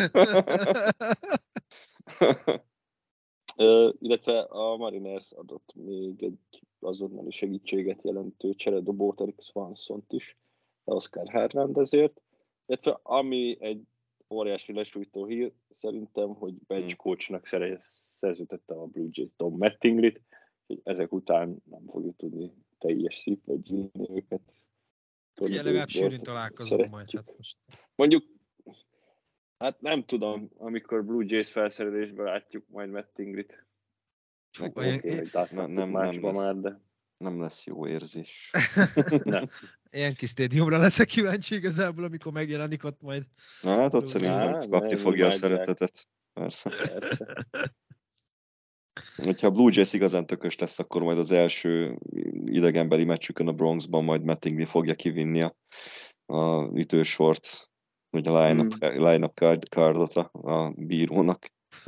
H: Illetve a Mariners adott még egy azonnali segítséget jelentő cseredobót, Erik Swansont is, Oscar Hernandezért. Illetve ami egy óriási lesújtó hír, szerintem, hogy bench coachnak szerződtette a Blue Jays Tom Mattinglyt, hogy ezek után nem fogjuk tudni teljes szív vagy gyűlni őket.
G: Ugye legalább sűrűn találkozunk majd. Hát most.
H: Mondjuk, hát nem tudom, amikor Blue Jays felszerelésben látjuk majd Mattinglyt.
F: Nem lesz jó érzés.
G: Yankee Stadiumra leszek kíváncsi igazából, amikor megjelenik ott majd.
F: Na hát ott szerintem kapni fogja a szeretetet. Persze. Hogyha a Blue Jays igazán tökös lesz, akkor majd az első idegenbeli meccsükön a Bronxban majd Mattingly fogja kivinni a ütősort, vagy a line-up cardot a bírónak.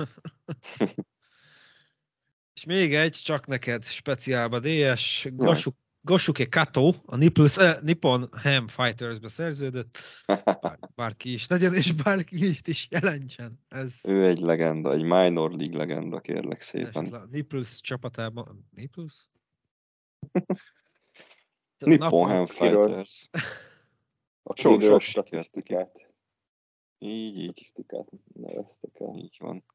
G: És még egy, csak neked speciálba DS, Gosuke Kato, a Nippon Ham Fighters-be szerződött, bárki is legyen, és bárki is jelentsen.
F: Ő egy legenda, egy minor league legenda, kérlek szépen.
G: Nipples csapatában, Nipples?
F: Nippon Ham Fighters. Sok sikert neki. Így.
H: Neveztek el.
F: Így van.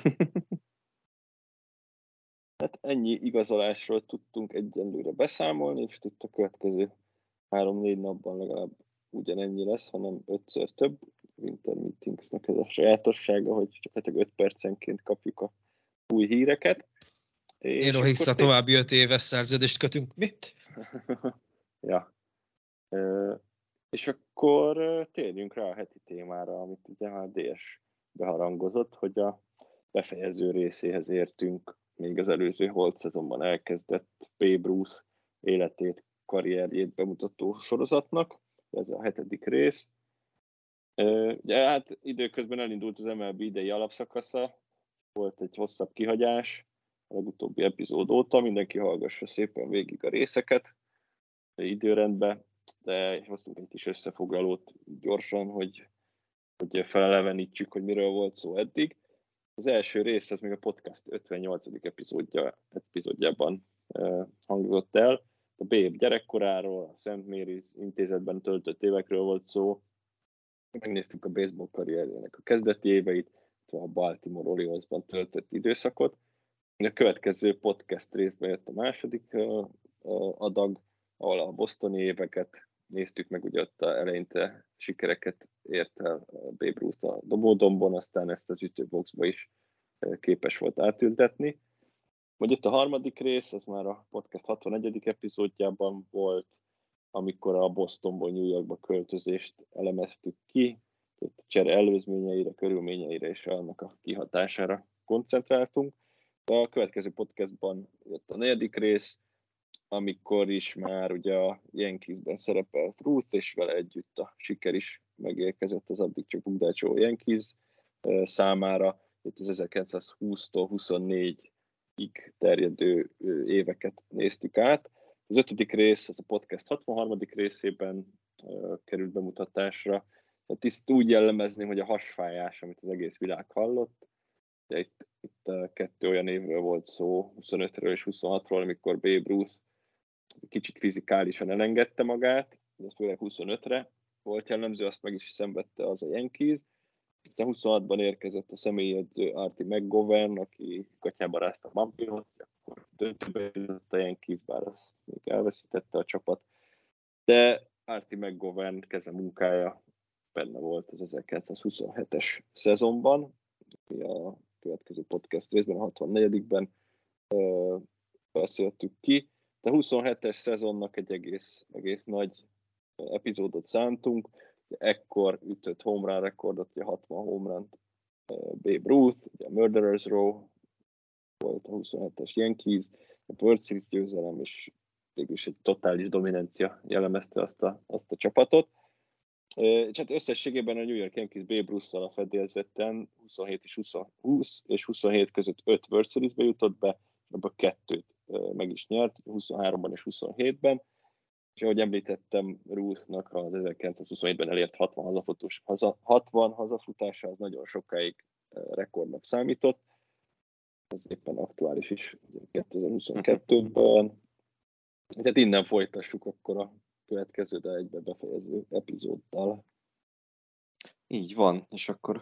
H: Hát ennyi igazolásról tudtunk egyenlőre beszámolni, és itt a következő 3-4 napban legalább ugyanennyi lesz, hanem 5-ször több. Winter Meetingsnek ez a sajátossága, hogy csak 5 percenként kapjuk a új híreket.
G: Én Higgs-a további 5 éves szerződést kötünk. Mi?
H: Ja. És akkor térjünk rá a heti témára, amit ugye a DS beharangozott, hogy a befejező részéhez értünk még az előző holt szezonban elkezdett Babe Ruth életét, karrierjét bemutató sorozatnak. Ez a 7. rész. Ugye, hát időközben elindult az MLB idei alapszakasza, volt egy hosszabb kihagyás a legutóbbi epizód óta, mindenki hallgassa szépen végig a részeket időrendben, de hoztunk egy kis összefoglalót gyorsan, hogy felelevenítsük, hogy miről volt szó eddig. Az első rész, az még a podcast 58. epizódjában hangzott el. A Babe gyerekkoráról, a St. Mary's intézetben töltött évekről volt szó. Megnéztük a baseball karrierjének a kezdeti éveit, a Baltimore Oriolesban töltött időszakot. A következő podcast részben jött a második adag, ahol a bostoni éveket néztük meg, ugye ott eleinte sikereket ért el Babe Ruth a dobódombon, aztán ezt az ütőboxba is képes volt átültetni. Majd itt a harmadik rész, ez már a podcast 61. epizódjában volt, amikor a Bostonból New Yorkba költözést elemeztük ki, a csere előzményeire, körülményeire és annak a kihatására koncentráltunk. De a következő podcastban jött a 4. rész, amikor is már ugye a Yankeesben szerepelt Ruth, és vele együtt a siker is megérkezett az addig csak bukdácsoló Yankees számára. Itt az 1920-tól 24-ig terjedő éveket néztük át. Az 5. rész, az a podcast 63. részében került bemutatásra. Tehát ezt úgy jellemezni, hogy a hasfájás, amit az egész világ hallott. De itt 2 olyan évről volt szó, 25-ről és 26-ról, amikor Babe Ruth kicsit fizikálisan elengedte magát, ez főleg 25-re volt jellemző, azt meg is szenvedte az a Yankees. Aztán 26-ban érkezett a személyedző Artie McGovern, aki katyába rázta Bumpinot, akkor döntőbe jutott a Yankees, bár azt még elveszítette a csapat. De Artie McGovern keze munkája benne volt az 1927-es szezonban, mi a következő podcast részben, a 64-ben beszéltük ki. A 27-es szezonnak egy egész nagy epizódot szántunk. Ekkor ütött home run rekordot, ugye 60 home runt Babe Ruth, ugye a Murderers Row volt a 27-es Yankees, a World Series győzelem, és végülis egy totális dominancia jellemezte azt a csapatot. És hát összességében a New York Yankees Babe Ruth-szal a fedélzeten 20 és 27 között 5 World Series-be jutott be, ebből 2-t meg is nyert, 23-ban és 27-ben, és ahogy említettem, Ruthnak az 1927-ben elért 60 hazafutása, az nagyon sokáig rekordnak számított, ez éppen aktuális is 2022-ben. Tehát innen folytassuk akkor a következő, de egybe befejező epizóddal.
F: Így van, és akkor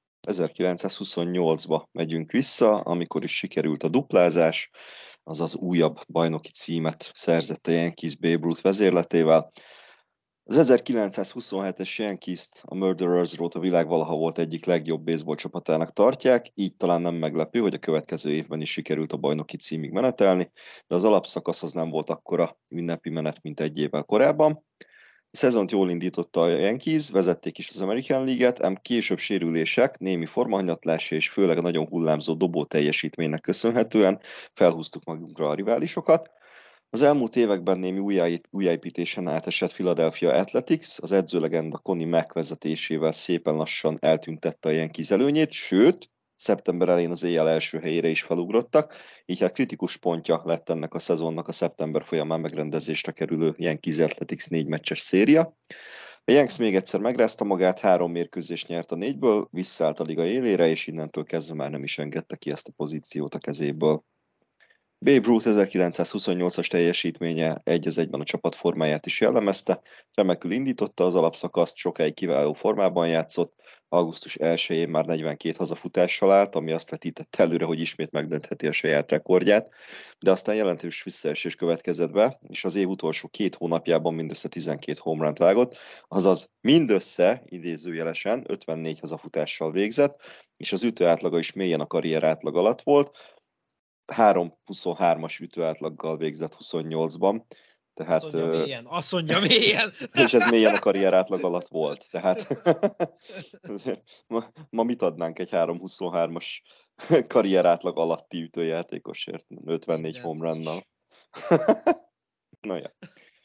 F: 1928-ba megyünk vissza, amikor is sikerült a duplázás, azaz újabb bajnoki címet szerzett a Yankees Babe Ruth vezérletével. Az 1927-es Yankees-t a Murderers Row a világ valaha volt egyik legjobb baseball csapatának tartják, így talán nem meglepő, hogy a következő évben is sikerült a bajnoki címig menetelni, de az alapszakasz az nem volt akkora ünnepi menet, mint egy évvel korábban. A szezont jól indította a Yankees, vezették is az American League-et, ám később sérülések, némi formahanyatlás és főleg a nagyon hullámzó dobó teljesítménynek köszönhetően felhúztuk magunkra a riválisokat. Az elmúlt években némi újjáépítésen átesett Philadelphia Athletics, az edzőlegenda Connie Mack vezetésével szépen lassan eltüntette a Yankees előnyét, sőt, szeptember elején az éjjel első helyére is felugrottak, így hát kritikus pontja lett ennek a szezonnak a szeptember folyamán megrendezésre kerülő Yankees Athletics 4 meccses széria. A Yankees még egyszer megrázta magát, 3 mérkőzést nyert a 4-ből, visszaállt a liga élére, és innentől kezdve már nem is engedte ki ezt a pozíciót a kezéből. Babe Ruth 1928-as teljesítménye egy-egyben a csapat formáját is jellemezte, remekül indította az alapszakaszt, sokáig kiváló formában játszott, augusztus 1-én már 42 hazafutással állt, ami azt vetítette előre, hogy ismét megdöntheti a saját rekordját, de aztán jelentős visszaesés következett be, és az év utolsó 2 hónapjában mindössze 12 home runt vágott, azaz mindössze, idézőjelesen 54 hazafutással végzett, és az ütőátlaga is mélyen a karrier átlag alatt volt, 3.23-as ütőátlaggal végzett 28-ban. Tehát,
G: azt mondja mélyen.
F: És ez mélyen a karrier átlag alatt volt. Tehát ma mit adnánk egy 3.23-as karrier átlag alatti ütőjátékosért 54 home runnal? Na ja.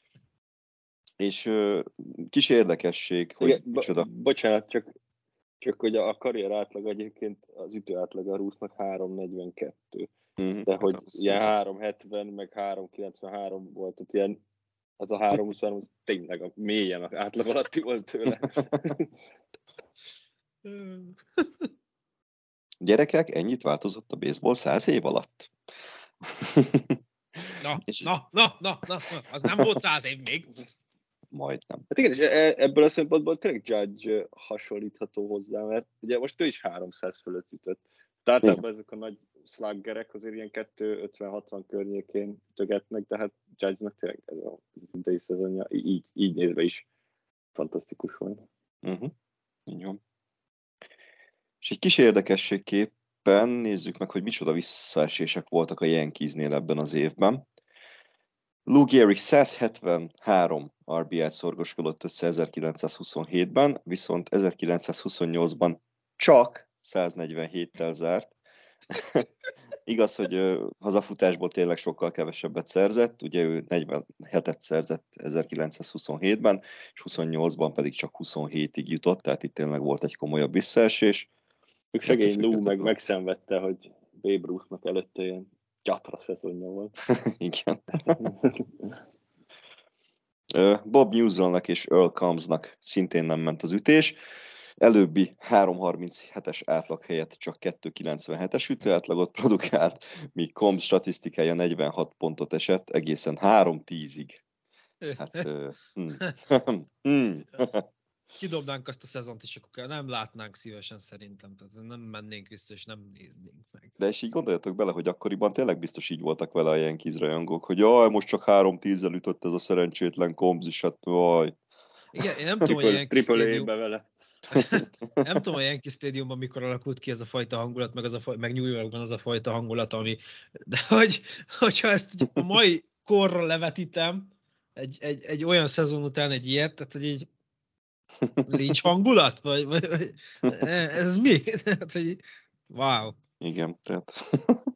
F: És kis érdekesség, hogy
H: igen,
F: micsoda.
H: Bocsánat, csak hogy a karrier átlag egyébként az ütő átlag a Ruthnak 3.42. De hogy ilyen 3.70 meg 3.93 volt, tehát ilyen az a 3.23 tényleg mélyen az átlag alatti volt tőle.
F: Gyerekek, ennyit változott a baseball 100 év alatt?
G: Na, az nem volt 100 év még.
F: Majdnem.
H: Hát igen, és ebből a szempontból tényleg Judge hasonlítható hozzá, mert ugye most ő is 300 fölött ütött. Tehát általában ezek a nagy sluggerek azért ilyen 250-60 környékén tögetnek, de hát Judge-nak tényleg ez a idei szezonja így nézve is fantasztikus volt.
F: Így van. És egy kis érdekességképpen nézzük meg, hogy micsoda visszaesések voltak a Yankeesnél ebben az évben. Lou Gehrig 173 RBI-t szorgoskodott össze 1927-ben, viszont 1928-ban csak 147-tel zárt. Igaz, hogy hazafutásból tényleg sokkal kevesebbet szerzett, ugye ő 47-et szerzett 1927-ben, és 28-ban pedig csak 27-ig jutott, tehát itt tényleg volt egy komolyabb visszaesés.
H: Szegény Lou meg megszenvedte, hogy Babe Ruthnak előtte ilyen gyatra szezonja volt.
F: Igen. Bob Newsellnek és Earl Combsnak szintén nem ment az ütés. Előbbi 3.37-es átlag helyett csak 2.97-es ütőátlagot produkált, míg Combs statisztikája 46 pontot esett egészen 3-10-ig. Hát,
G: Kidobnánk azt a szezont, és akkor nem látnánk szívesen szerintem, tehát nem mennénk vissza, és nem néznénk meg.
F: De és így gondoljatok bele, hogy akkoriban tényleg biztos így voltak vele a Yankees rajongók, hogy jaj, most csak 3-10-zel ütött ez a szerencsétlen Combs is, hát jaj.
G: Igen, én nem tudom, hogy a Yankee Stadium...
H: vele.
G: Nem tudom, a Yankee Stadiumban mikor alakult ki ez a fajta hangulat, meg New Yorkban az a fajta hangulat, ami... De hogyha ezt a mai korra levetítem, egy olyan szezon után egy ilyet, tehát hogy így nincs hangulat? Vagy ez mi? Tehát, hogy wow.
F: Igen, tehát...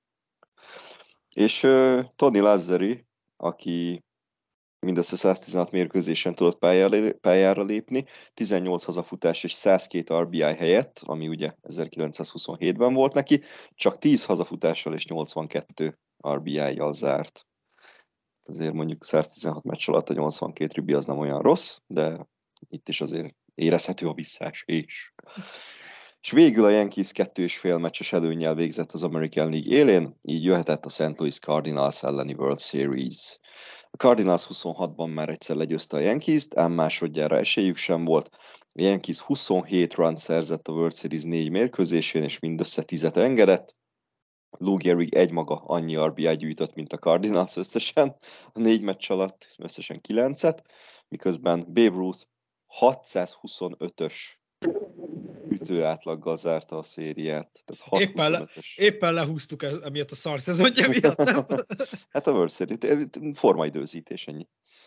F: És Tony Lazzari, aki mindössze 116 mérkőzésen tudott pályára lépni, 18 hazafutás és 102 RBI helyett, ami ugye 1927-ben volt neki, csak 10 hazafutással és 82 RBI-jal zárt. Azért mondjuk 116 meccs alatt a 82 RBI az nem olyan rossz, de itt is azért érezhető a visszaesés. És végül a Yankees 2,5 meccses előnnyel végzett az American League élén, így jöhetett a St. Louis Cardinals elleni World Series. A Cardinals 26-ban már egyszer legyőzte a Yankees-t, ám másodjára esélyük sem volt. A Yankees 27 run szerzett a World Series 4 mérkőzésén, és mindössze 10-et engedett. Lou Gehrig egymaga annyi RBI gyűjtött, mint a Cardinals összesen, a 4 meccs alatt összesen 9-et, miközben Babe Ruth 625-ös ütőátlaggal zárta a szériát.
G: Éppen lehúztuk emiatt a szar szezonja miatt, nem?
F: Hát a World Series, formaidőzítés ennyi.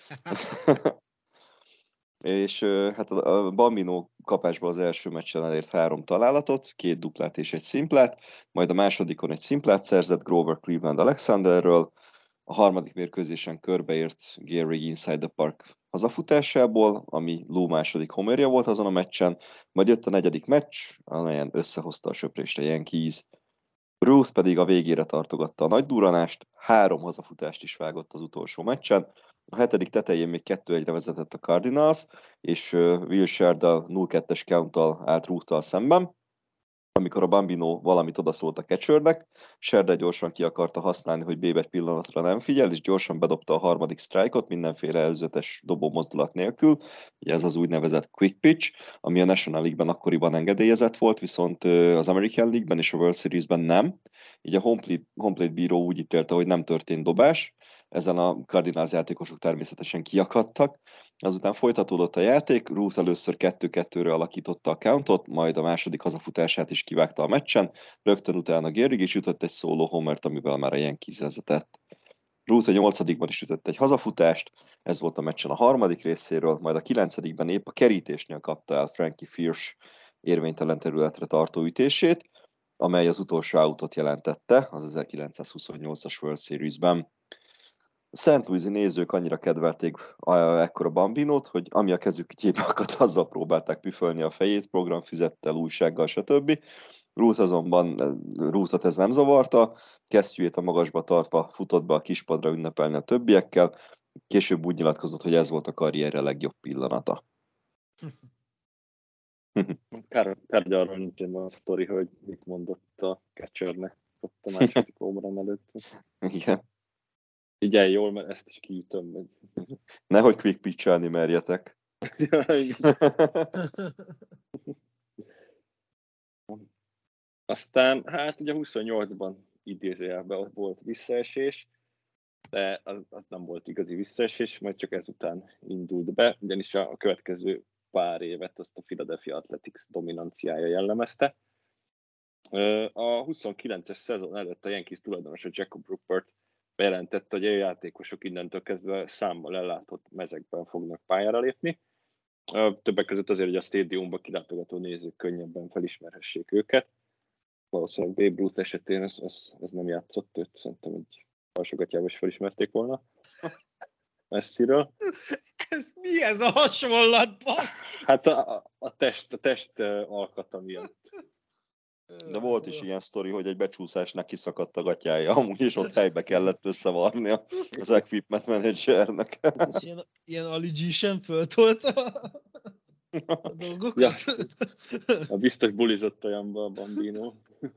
F: És hát a Bambino kapásból az első meccsen elért 3 találatot, 2 duplát és egy szimplát, majd a másodikon egy szimplát szerzett Grover Cleveland Alexanderről, a harmadik mérkőzésen körbeért Gehrig Inside the Park hazafutásából, ami Lou második homerja volt azon a meccsen, majd jött a negyedik meccs, amelyen összehozta a söprést a Yankees. Ruth pedig a végére tartogatta a nagy durranást, 3 hazafutást is vágott az utolsó meccsen, a hetedik tetején még 2-1-re vezetett a Cardinals, és Will Sherdal 0-2-es counttal állt Ruth-tal szemben. Amikor a Bambino valamit odaszólt a catchernek, Sherdal gyorsan ki akarta használni, hogy Babe egy pillanatra nem figyel, és gyorsan bedobta a harmadik strike-ot mindenféle előzetes dobó mozdulat nélkül. Ugye ez az úgynevezett quick pitch, ami a National League-ben akkoriban engedélyezett volt, viszont az American League-ben és a World Series-ben nem. Így a home plate bíró úgy ítélte, hogy nem történt dobás, ezen a Cardinals játékosok természetesen kiakadtak. Azután folytatódott a játék, Ruth először 2-2-re alakította a countot, majd a második hazafutását is kivágta a meccsen, rögtön utána Gehrig is ütött egy szóló homert, amivel már a Yankees vezetett. Ruth a 8-ban is ütött egy hazafutást, ez volt a meccsen a harmadik részéről, majd a 9-ben épp a kerítésnél kapta el Frankie Fierce érvénytelen területre tartó ütését, amely az utolsó outot jelentette az 1928-as World Series-ben. A St. Louis-i nézők annyira kedvelték ekkor a Bambinót, hogy ami a kezük ügyébe akadt, azzal próbálták püfölni a fejét, programfüzettel, újsággal, stb. Ruthot ez nem zavarta, kesztyűjét a magasba tartva futott be a kispadra ünnepelni a többiekkel, később úgy nyilatkozott, hogy ez volt a karrierje legjobb pillanata.
H: Kár, de arról nincsen a sztori, hogy mit mondott a catchernek ott a második home-run előtt.
F: Igen.
H: Figyelj jól, mert ezt is kiütöm.
F: Nehogy quick pitch-elni merjetek.
H: Aztán, hát ugye 28-ban idézőjelben volt visszaesés, de az nem volt igazi visszaesés, majd csak ezután indult be, ugyanis a következő pár évet azt a Philadelphia Athletics dominanciája jellemezte. A 29-es szezon előtt a Yankees tulajdonosa Jacob Ruppert bejelentette, hogy a játékosok innentől kezdve számmal ellátott mezekben fognak pályára lépni. Többek között azért, hogy a stadiumba kilátogató nézők könnyebben felismerhessék őket. Valószínűleg Babe Ruth esetén ez nem játszott, őt szerintem egy alsogatjába is felismerték volna. Messziről.
G: Mi ez a hasonlat, bassz?
H: Hát a test alkata miatt.
F: De volt is ilyen sztori, hogy egy becsúszásnak kiszakadt a gatyája, amúgy is ott helybe kellett összevarni az equipment managernek.
G: És ilyen Ali G sem föltolta a dolgokat?
H: Ja. Biztos bulizott olyanba a Bambino.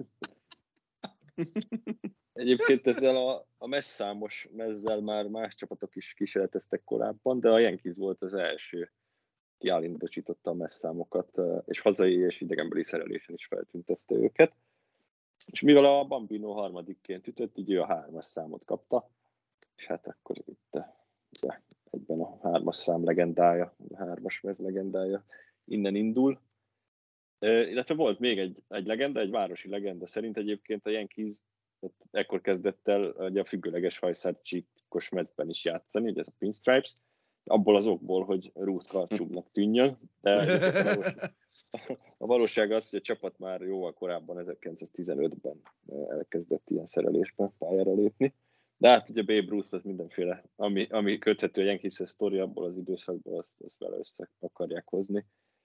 H: Egyébként ezzel a messzámos mezzel már más csapatok is kísérleteztek korábban, de a Yankees volt az első, ki állindosította a messzámokat, és hazai és idegenbeli szerelésen is feltüntette őket. És mivel a Bambino harmadikként ütött, így ő a 3-as számot kapta, és hát akkor itt ugye, egyben a 3-as szám legendája, a 3-as mez legendája innen indul. Illetve volt még egy legenda, egy városi legenda szerint egyébként a Yankees ekkor kezdett el a függőleges hajszárcsíkos mezben is játszani, ugye ez a Pinstripes, abból az okból, hogy Ruth karcsúbbnak tűnjön, de a valóság az, hogy a csapat már jóval korábban, 1915-ben elkezdett ilyen szerelésben pályára lépni. De hát ugye Babe Ruth az mindenféle, ami köthető a Yankees sztori, abból az időszakból azt vele össze akarják hozni.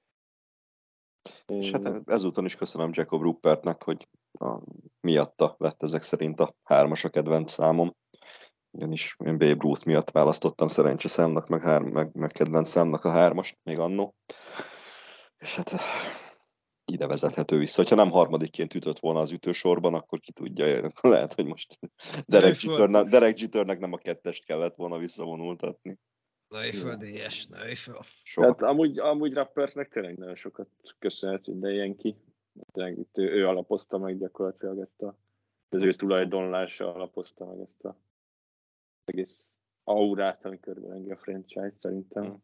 F: És hát ezúton is köszönöm Jacob Ruppertnek, hogy miatta lett ezek szerint a 3-as a kedvenc számom. Ugyanis én Babe Ruth miatt választottam szerencsé számnak, meg kedvenc számnak a 3-ast, még annó. És hát ide vezethető vissza. Hogyha nem harmadikként ütött volna az ütősorban, akkor ki tudja, lehet, hogy most Derek Jeternek nem a 2-est kellett volna visszavonultatni.
G: Nagyföldélyes, nagyföld.
H: Hát amúgy Rappertnek tényleg nagyon sokat köszönhet minden Yankee. Tényleg itt ő alapozta meg gyakorlatilag az ő tulajdonlása alapozta meg ezt az egész aurát, ami körbelengi a franchise szerintem.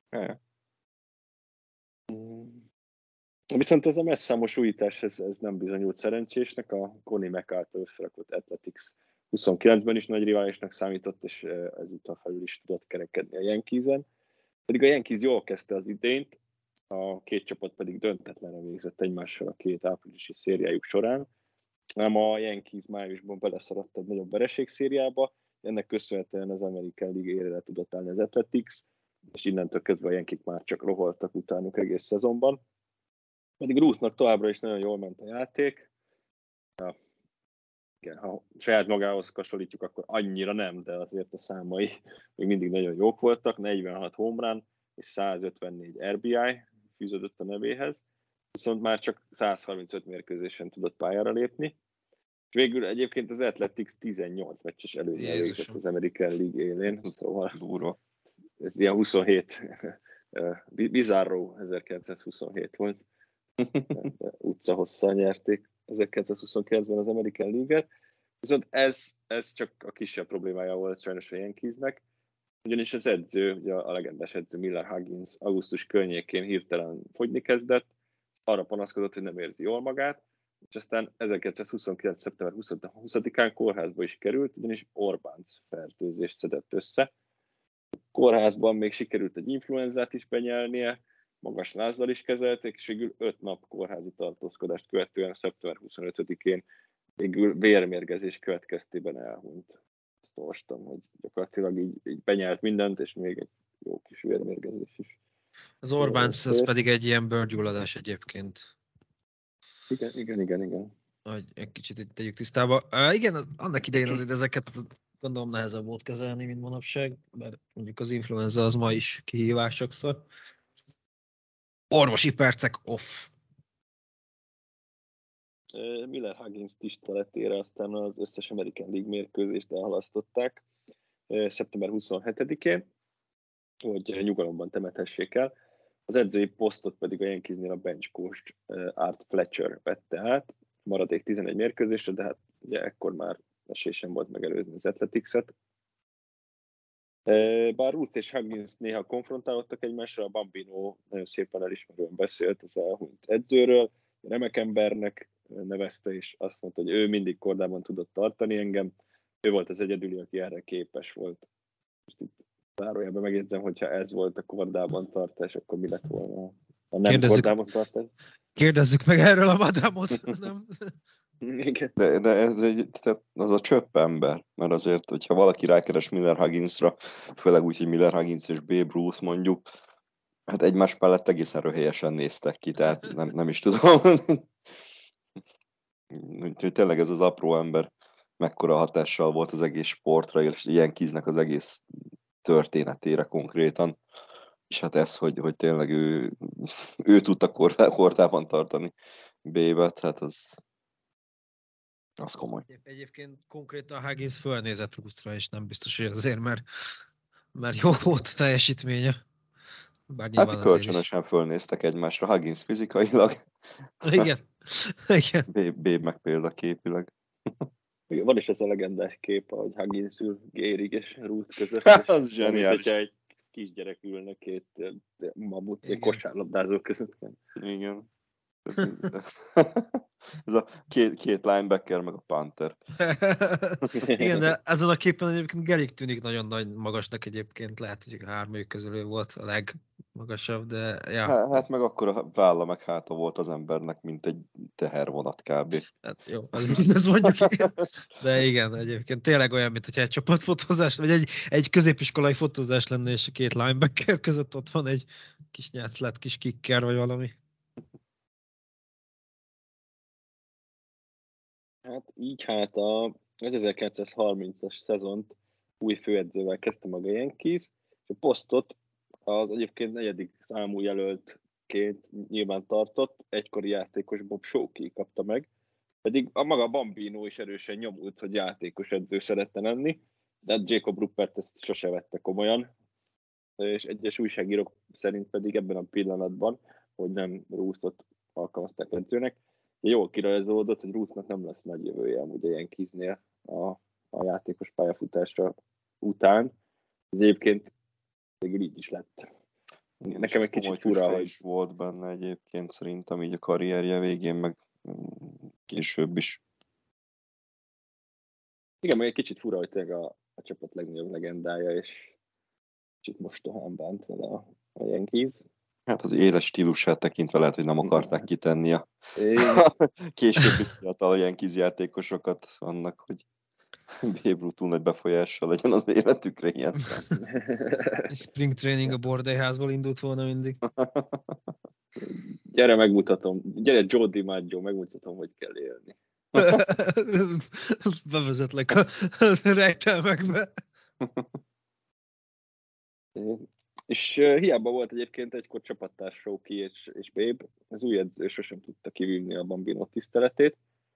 H: Viszont ez a messzámos újítás, ez nem bizonyult szerencsésnek. A Connie Mack által összerakott Athletics 29-ben is nagy riválisnak számított, és ezúttal felül is tudott kerekedni a Yankeesen. Pedig a Yankees jól kezdte az idényt, a két csapat pedig döntetlenre végzett egymással a 2 áprilisi szériájuk során. Ám a Yankees májusban beleszaradt egy nagyobb vereségszériába, ennek köszönhetően az American League élére tudott állni az Athletics, és innentől kezdve a Yankees már csak roholtak utánuk egész szezonban. Pedig Ruthnak továbbra is nagyon jól ment a játék. Ja, igen, ha saját magához hasonlítjuk, akkor annyira nem, de azért a számai még mindig nagyon jók voltak. 46 home run és 154 RBI fűződött a nevéhez, viszont már csak 135 mérkőzésen tudott pályára lépni. És végül egyébként az Athletics 18 meccses előnyel végzett az American League élén, szóval durva. Ez ilyen 27, Bizarro 1927 volt. Utca hosszal nyerték 1929-ben az American League-et, viszont ez csak a kisebb problémája volt sajnos a Yankeesnek, ugyanis az edző, ugye a legendás edző Miller Huggins augusztus környékén hirtelen fogyni kezdett, arra panaszkodott, hogy nem érzi jól magát, és aztán 1929. szeptember 20-án kórházba is került, ugyanis Orbánc fertőzést szedett össze. Kórházban még sikerült egy influenzát is benyelnie, magas lázzal is kezelték, és végül 5 nap kórházi tartózkodást követően szeptember 25-én végül vérmérgezés következtében elhunyt. Azt olvastam, hogy gyakorlatilag így benyelt mindent, és még egy jó kis vérmérgezés is.
G: Az Orbánc, az pedig egy ilyen bőrgyulladás egyébként.
H: Igen.
G: Hogy egy kicsit itt tegyük tisztába. Igen, annak idején azért ezeket gondolom nehezebb volt kezelni, mint manapság, mert mondjuk az influenza az ma is kihívás sokszor. Orvosi percek off.
H: Miller Huggins tiszteletére aztán az összes American League mérkőzést elhalasztották szeptember 27-én, hogy nyugalomban temethessék el. Az edzői posztot pedig a Yankeesnél a bench coach Art Fletcher vette át, maradék 11 mérkőzésre, de hát ugye ekkor már esély sem volt megelőzni az Athletics-et. Bár Ruth és Huggins néha konfrontálódtak egymással, a Bambino nagyon szépen elismerően beszélt az elhunyt edzőről, remek embernek nevezte, és azt mondta, hogy ő mindig kordában tudott tartani engem, Ő volt az egyedüli, aki erre képes volt. Most itt zárójelben megjegyzem, hogyha ez volt a kordában tartás, akkor mi lett volna a nem kordában tartás?
G: Kérdezzük meg erről a Madamot, nem?
H: Igen.
F: De tehát az a csöpp ember, mert azért, hogyha valaki rákeres Miller Hugginsra, főleg úgy, hogy Miller Huggins és Babe Ruth mondjuk, hát egymás mellett egészen röhélyesen néztek ki, tehát nem is tudom. Úgyhogy tényleg ez az apró ember mekkora hatással volt az egész sportra, és ilyen Kiznek az egész történetére konkrétan. És hát ez, hogy tényleg ő tudta kordában tartani Babe-et, hát az komoly.
G: Egyébként konkrétan Huggins fölnézett Ruszra, és nem biztos, hogy azért, mert jó volt a teljesítménye. Bár
F: Hát kölcsönösen fölnéztek egymásra, Huggins fizikailag.
G: Igen. Igen.
F: Babe meg példaképileg.
H: Van is ez a legendás kép, ahogy Huggins ül Gehrig és Ruth között.
F: Az zseniális.
H: Hogyha egy kisgyerek ülne két mamut, egy kosárlabdázó között.
F: Igen. Ez a két linebacker, meg a punter.
G: Igen, de ezen a képen egyébként Gehrig tűnik nagyon nagy magasnak egyébként. Lehet, hogy a hármelyik közül ő volt a legmagasabb, de ja.
F: Hát meg akkor a válla meg háta volt az embernek, mint egy tehervonat kb.
G: Hát jó, ez mondjuk igen. De igen, egyébként tényleg olyan, mint hogyha egy csapatfotózás, vagy egy középiskolai fotózás lenne, és a két linebacker között ott van egy kis nyáclát, kis kicker, vagy valami.
H: Hát így az 1930-as szezont új főedzővel kezdte maga Yankees, és a posztot az egyébként 4. számú jelöltként nyilván tartott, egykori játékos Bob Shawkey kapta meg, pedig a maga Bambino is erősen nyomult, hogy játékos edző szeretne lenni, de Jacob Ruppert ezt sose vette komolyan, és egyes újságírók szerint pedig ebben a pillanatban, hogy nem Ruthot alkalmazták edzőnek, jól kirajzolódott, hogy Ruthnak nem lesz nagy jövője amúgy a Yankeesnél a játékos pályafutásra után. Ez egyébként végül így is lett.
F: Igen,
H: nekem egy kicsit fura, hogy...
F: is volt benne egyébként szerintem így a karrierje végén, meg később is.
H: Igen, meg egy kicsit fura, hogy tényleg a csapat legnagyobb legendája, és kicsit mostohán bánt vele a Yankees.
F: Hát az éles stílusát tekintve lehet, hogy nem akarták kitenni a későbbi fiatal Yankees játékosokat annak, hogy Babe Ruth túl nagy befolyással legyen az életükre ilyen szem.
G: Spring training a bordélyházból indult volna mindig.
H: Gyere, megmutatom. Gyere, Joe DiMaggio, megmutatom, hogy kell élni.
G: Bevezetlek a rejtelmekbe.
H: És hiába volt egyébként egykor csapattárs Shawkey és Babe, az új edző sosem tudta kivívni a Bambino tiszteletét.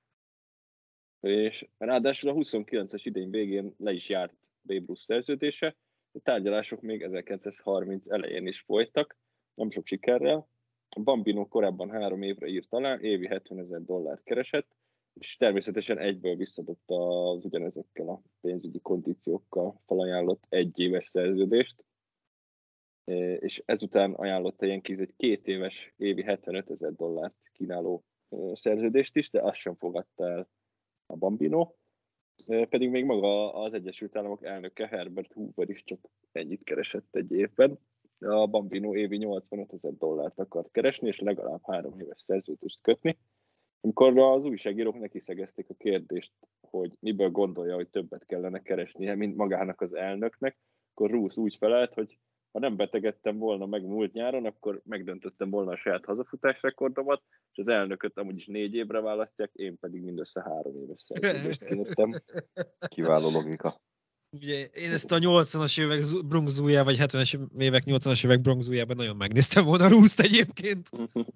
H: És ráadásul a 29-es idény végén le is járt Babe Ruth szerződése, a tárgyalások még 1930 elején is folytak, nem sok sikerrel. A Bambino korábban 3 évre írt alá, évi $70,000 keresett, és természetesen egyből visszadobta az ugyanezekkel a pénzügyi kondíciókkal felajánlott 1 éves szerződést, és ezután ajánlott a Yankees egy 2 éves, évi $75,000 kínáló szerződést is, de azt sem fogadta el a Bambino, pedig még maga az Egyesült Államok elnöke Herbert Hoover is csak ennyit keresett egy évben. A Bambino évi $85,000 akart keresni, és legalább 3 éves szerződést kötni. Amikor az újságírók nekiszegezték a kérdést, hogy miből gondolja, hogy többet kellene keresnie, mint magának az elnöknek, akkor Ruth úgy felelt, hogy ha nem betegedtem volna meg múlt nyáron, akkor megdöntöttem volna a saját hazafutás rekordomat, és az elnököt amúgy is 4 évre választják, én pedig mindössze 3 éves szerződést kértem.
F: Kiváló logika.
G: Ugye én ezt a 80-as évek bronzújában, vagy 70-es évek 80-as évek bronzújában nagyon megnéztem volna Ruth-t egyébként.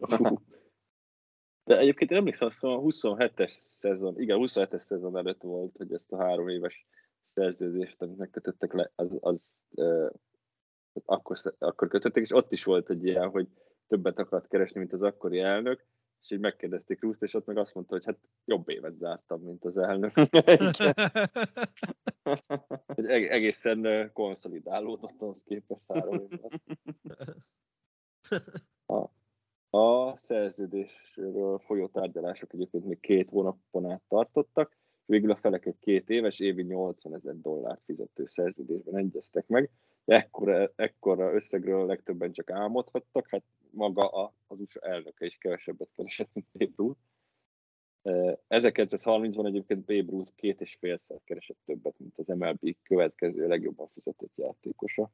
H: De egyébként én emlékszem, a 27-es szezon, igen, 27-es szezon előtt volt, hogy ezt a 3 éves szerződést, amit megkötöttek le, akkor kötötték, és ott is volt egy ilyen, hogy többet akart keresni, mint az akkori elnök, és így megkérdezték Ruth-t, és ott meg azt mondta, hogy hát jobb évet zártam, mint az elnök. Egészen konszolidálódott az képest 3 évvel. A szerződésről folyó tárgyalások egyébként még 2 hónapon át tartottak, Végül a felek egy 2 éves, évi $80,000 fizető szerződésben egyeztek meg. Ekkora összegről a legtöbben csak álmodhattak, hát maga az USA elnöke is kevesebbet keresett, mint Babe Ruth. 1930-ban egyébként Babe Ruth 2,5-szer keresett többet, mint az MLB következő legjobban fizetett játékosa.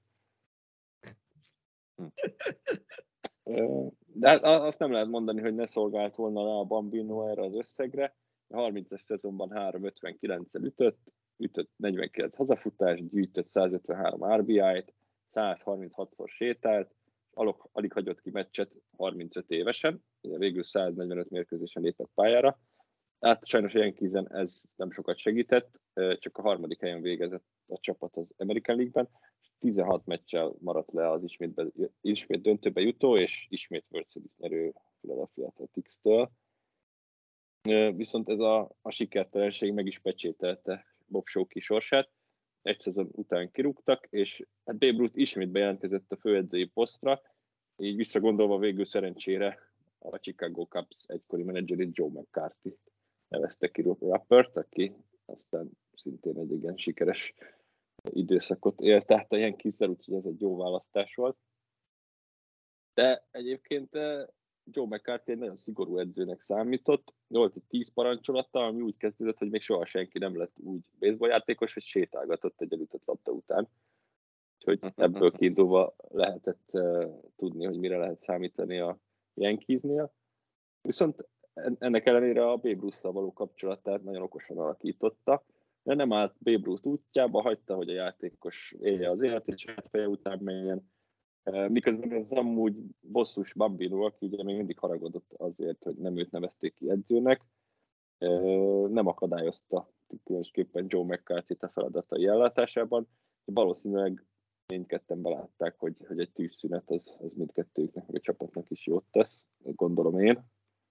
H: De azt nem lehet mondani, hogy ne szolgált volna rá a Bambino erre az összegre. A 30-es szezonban 359-el ütött 49 hazafutást, gyűjtött 153 RBI-t, 136-szor sétált, alig hagyott ki meccset 35 évesen, végül 145 mérkőzésen lépett pályára. Hát sajnos a Yankeesen ez nem sokat segített, csak a 3. helyen végezett a csapat az American League-ben, és 16 meccsel maradt le az ismét döntőbe jutó, és ismét World Series nyerő Philadelphia Athletics-től. Viszont ez a sikertelenség meg is pecsételte Bob Shawkey sorsát. Egy szezon után kirúgtak, és hát Babe Ruth ismét bejelentkezett a főedzői posztra, így visszagondolva végül szerencsére a Chicago Cubs egykori menedzserét Joe McCarthy nevezte ki Ruppert, aki aztán szintén egy igen sikeres időszakot élt át a Yankees-szel, úgyhogy ez egy jó választás volt. De egyébként Joe McCarthy egy nagyon szigorú edzőnek számított. Volt egy 10 parancsolata, ami úgy kezdődött, hogy még soha senki nem lett úgy baseballjátékos, hogy sétálgatott egy elütött labda után. Úgyhogy ebből kiindulva lehetett tudni, hogy mire lehet számítani a Yankeesnél. Viszont ennek ellenére a Babe Ruth-szal való kapcsolatát nagyon okosan alakította, de nem állt Babe Ruth útjába, hagyta, hogy a játékos élje az életét, saját feje után menjen. Miközben ez amúgy bosszus Bambino, aki ugye még mindig haragudott azért, hogy nem őt nevezték ki edzőnek, nem akadályozta különösképpen Joe McCarthy-t a feladatai ellátásában. Valószínűleg mindketten belátták, hogy egy tűzszünet az mindkettőjüknek, meg a csapatnak is jót tesz, gondolom én.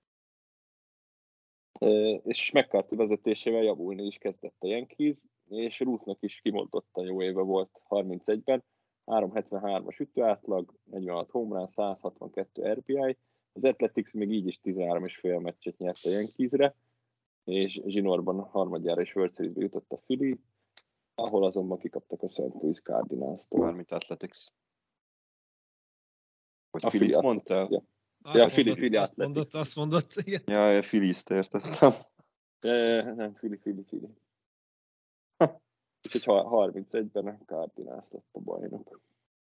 H: És McCarthy vezetésével javulni is kezdett a Yankees, és Ruthnak is kimondottan jó éve volt 31-ben, 373-as ütőátlag, 46 home run, 162 RBI, az Athletics még így is 13,5 meccset nyert a Yankeesre, és zsinórban harmadjára is World Series-be jutott a Philly, ahol azonban kikaptak a St. Louis Cardinals-tól.
F: Mármint Athletics. Vagy Philly-t mondtál?
H: Ja, Philly
G: azt mondott, igen.
F: Ja, Philly-t értettem.
H: Nem, Philly. Úgyhogy 31-ben a Cardinals lett a bajnok.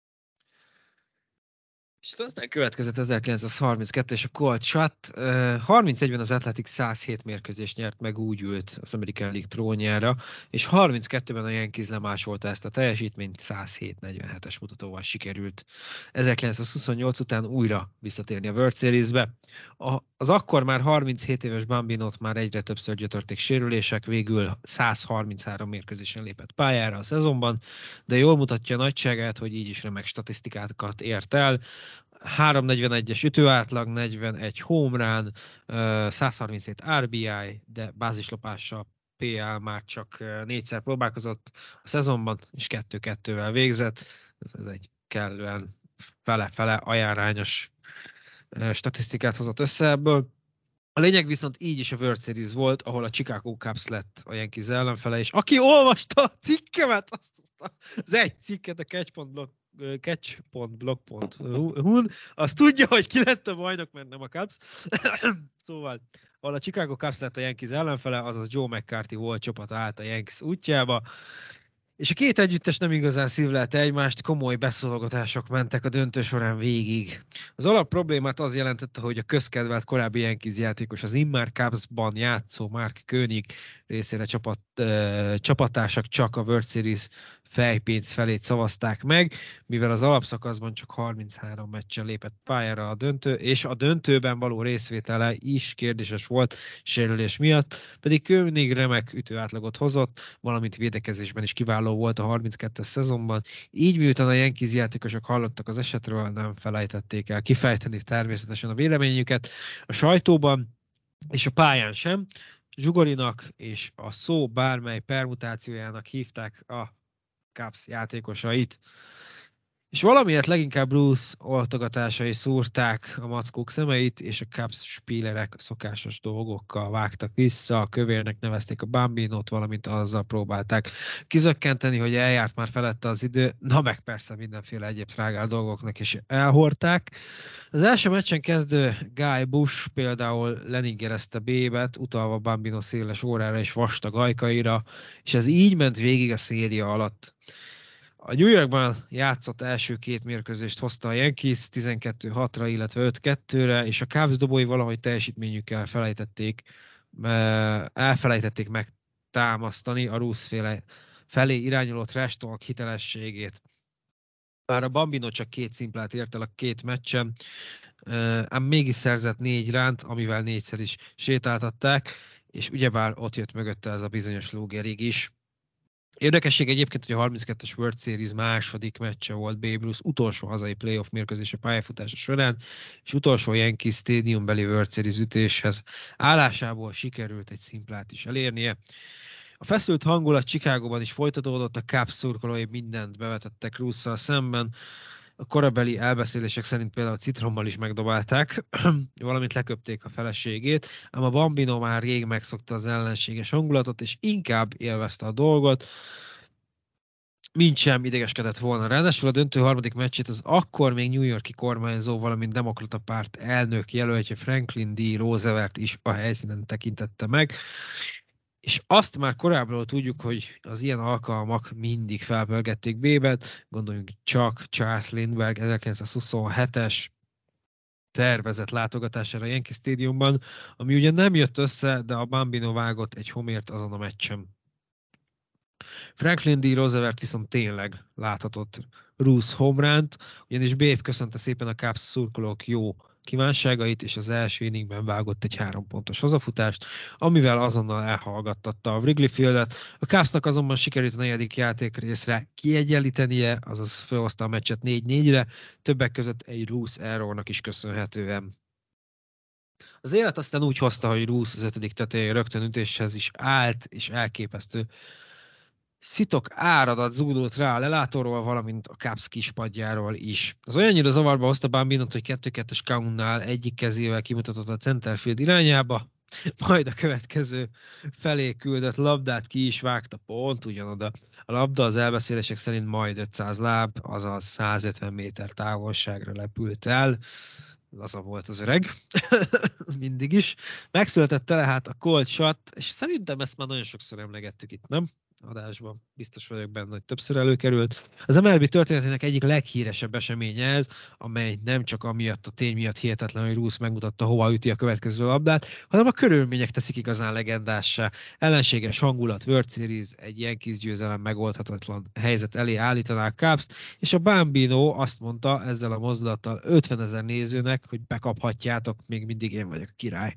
G: És aztán következett 1932, és a Colt Shot. 31-ben az Athletics 107 mérkőzést nyert meg, úgy ült az American League trónjára, és 32-ben a Yankees lemásolta ezt a teljesítményt, 107-47-es mutatóval sikerült 1928 után újra visszatérni a World Series-be. Az akkor már 37 éves Bambinót már egyre többször gyötörték sérülések, végül 133 mérkőzésen lépett pályára a szezonban, de jól mutatja a nagyságát, hogy így is remek statisztikákat ért el. 341-es ütőátlag, 41 home run, 137 RBI, de bázislopással PL már csak 4-szer próbálkozott a szezonban, és 2-2-vel végzett. Ez egy kellően fele-fele ajánlányos statisztikát hozott össze ebből. A lényeg viszont így is a World Series volt, ahol a Chicago Cubs lett a Yankees ellenfele, és aki olvasta a cikkemet, az egy cikket a catch.blog.hu-n, az tudja, hogy ki lett a bajnok, mert nem a Cubs. Szóval, ahol a Chicago Cubs lett a Yankees ellenfele, azaz Joe McCarthy volt csapata állt a Yankees útjába, és a két együttes nem igazán szívlelte egymást, komoly beszólogatások mentek a döntő során végig. Az alap problémát az jelentette, hogy a közkedvelt korábbi Yankees játékos, az immár Cubsban játszó Mark Koenig részére csapattársak csak a World Series fejpénz felét szavazták meg, mivel az alapszakaszban csak 33 meccsen lépett pályára a döntő, és a döntőben való részvétele is kérdéses volt sérülés miatt, pedig Koenig remek ütőátlagot hozott, valamint védekezésben is kiváló volt a 32-es szezonban, így miután a Yankees játékosok hallottak az esetről, nem felejtették el kifejteni természetesen a véleményüket a sajtóban, és a pályán sem. Zsugorinak és a szó bármely permutációjának hívták a Cubs játékosait. És valamiért leginkább Bruce oltogatásai szúrták a mackók szemeit, és a Cubs spielerek szokásos dolgokkal vágtak vissza, a kövérnek nevezték a Bambinót, valamint azzal próbálták kizökkenteni, hogy eljárt már felette az idő, na meg persze mindenféle egyéb trágál dolgoknak is elhordták. Az első meccsen kezdő Guy Bush például leningerezte B-bet, utalva Bambino széles órára és vastag ajkaira, és ez így ment végig a széria alatt. A New Yorkban játszott első két mérkőzést hozta a Yankees 12-6-ra, illetve 5-2-re, és a Cubs dobói valahogy teljesítményükkel elfelejtették megtámasztani a Rusz felé irányuló trash talk hitelességét. Bár a Bambino csak 2 szimplát ért el a 2 meccsen, ám mégis szerzett 4 ránt, amivel 4-szer is sétáltatták, és ugyebár ott jött mögötte ez a bizonyos Lou Gehrig is. Érdekesség egyébként, hogy a 32-es World Series második meccse volt Babe Ruth utolsó hazai playoff mérkőzése pályafutása során, és utolsó Yankee Stadium beli World Series ütéshez állásából sikerült egy szimplát is elérnie. A feszült hangulat Chicagóban is folytatódott, a Cubs szurkolói mindent bevetettek Russzal szemben, a korabeli elbeszélések szerint például citrommal is megdobálták, valamint leköpték a feleségét, ám a Bambino már rég megszokta az ellenséges hangulatot, és inkább élvezte a dolgot, mint sem idegeskedett volna. Ráadásul a döntő harmadik meccsét az akkor még New York-i kormányzó, valamint demokrata párt elnök jelöltje Franklin D. Roosevelt is a helyszínen tekintette meg. És azt már korábbról tudjuk, hogy az ilyen alkalmak mindig felpörgették B-bet, gondoljunk csak Charles Lindbergh 1927-es tervezett látogatására a Yankee Stadiumban, ami ugye nem jött össze, de a Bambino vágott egy homért azon a meccsen. Franklin D. Roosevelt viszont tényleg láthatott Ruth home runt, ugyanis Babe köszönte szépen a Cubs szurkolók jó kívánságait, és az első inningben vágott egy 3 pontos hazafutást, amivel azonnal elhallgattatta a Wrigley Fieldet. A Cubsnak azonban sikerült a negyedik játékrészre kiegyenlítenie, azaz felhozta a meccset 4-4-re, többek között egy Ruth errornak is köszönhetően. Az élet aztán úgy hozta, hogy Ruth az 5. tetején rögtön ütéshez is állt, és elképesztő szitok áradat zúdult rá a lelátóról, valamint a Cubs kispadjáról is. Az olyannyira zavarba hozta Bambinot, hogy 2-2-es countnál egyik kezével kimutatott a centerfield irányába, majd a következő felé küldött labdát ki is vágta pont ugyanoda. A labda az elbeszélések szerint majd 500 láb, azaz 150 méter távolságra repült el. Laza volt az öreg, mindig is. Megszületett tehát a cold shot, és szerintem ezt már nagyon sokszor emlegettük itt, nem? Adásban. Biztos vagyok benne, hogy többször előkerült. Az MLB történetének egyik leghíresebb eseménye ez, amely nem csak amiatt a tény miatt hihetetlen, hogy Ruth megmutatta, hova üti a következő labdát, hanem a körülmények teszik igazán legendássá. Ellenséges hangulat, World Series, egy Yankees győzelem megoldhatatlan helyzet elé állítaná a Cubs-t, és a Bambino azt mondta ezzel a mozdulattal 50 000 nézőnek, hogy bekaphatjátok, még mindig én vagyok a király.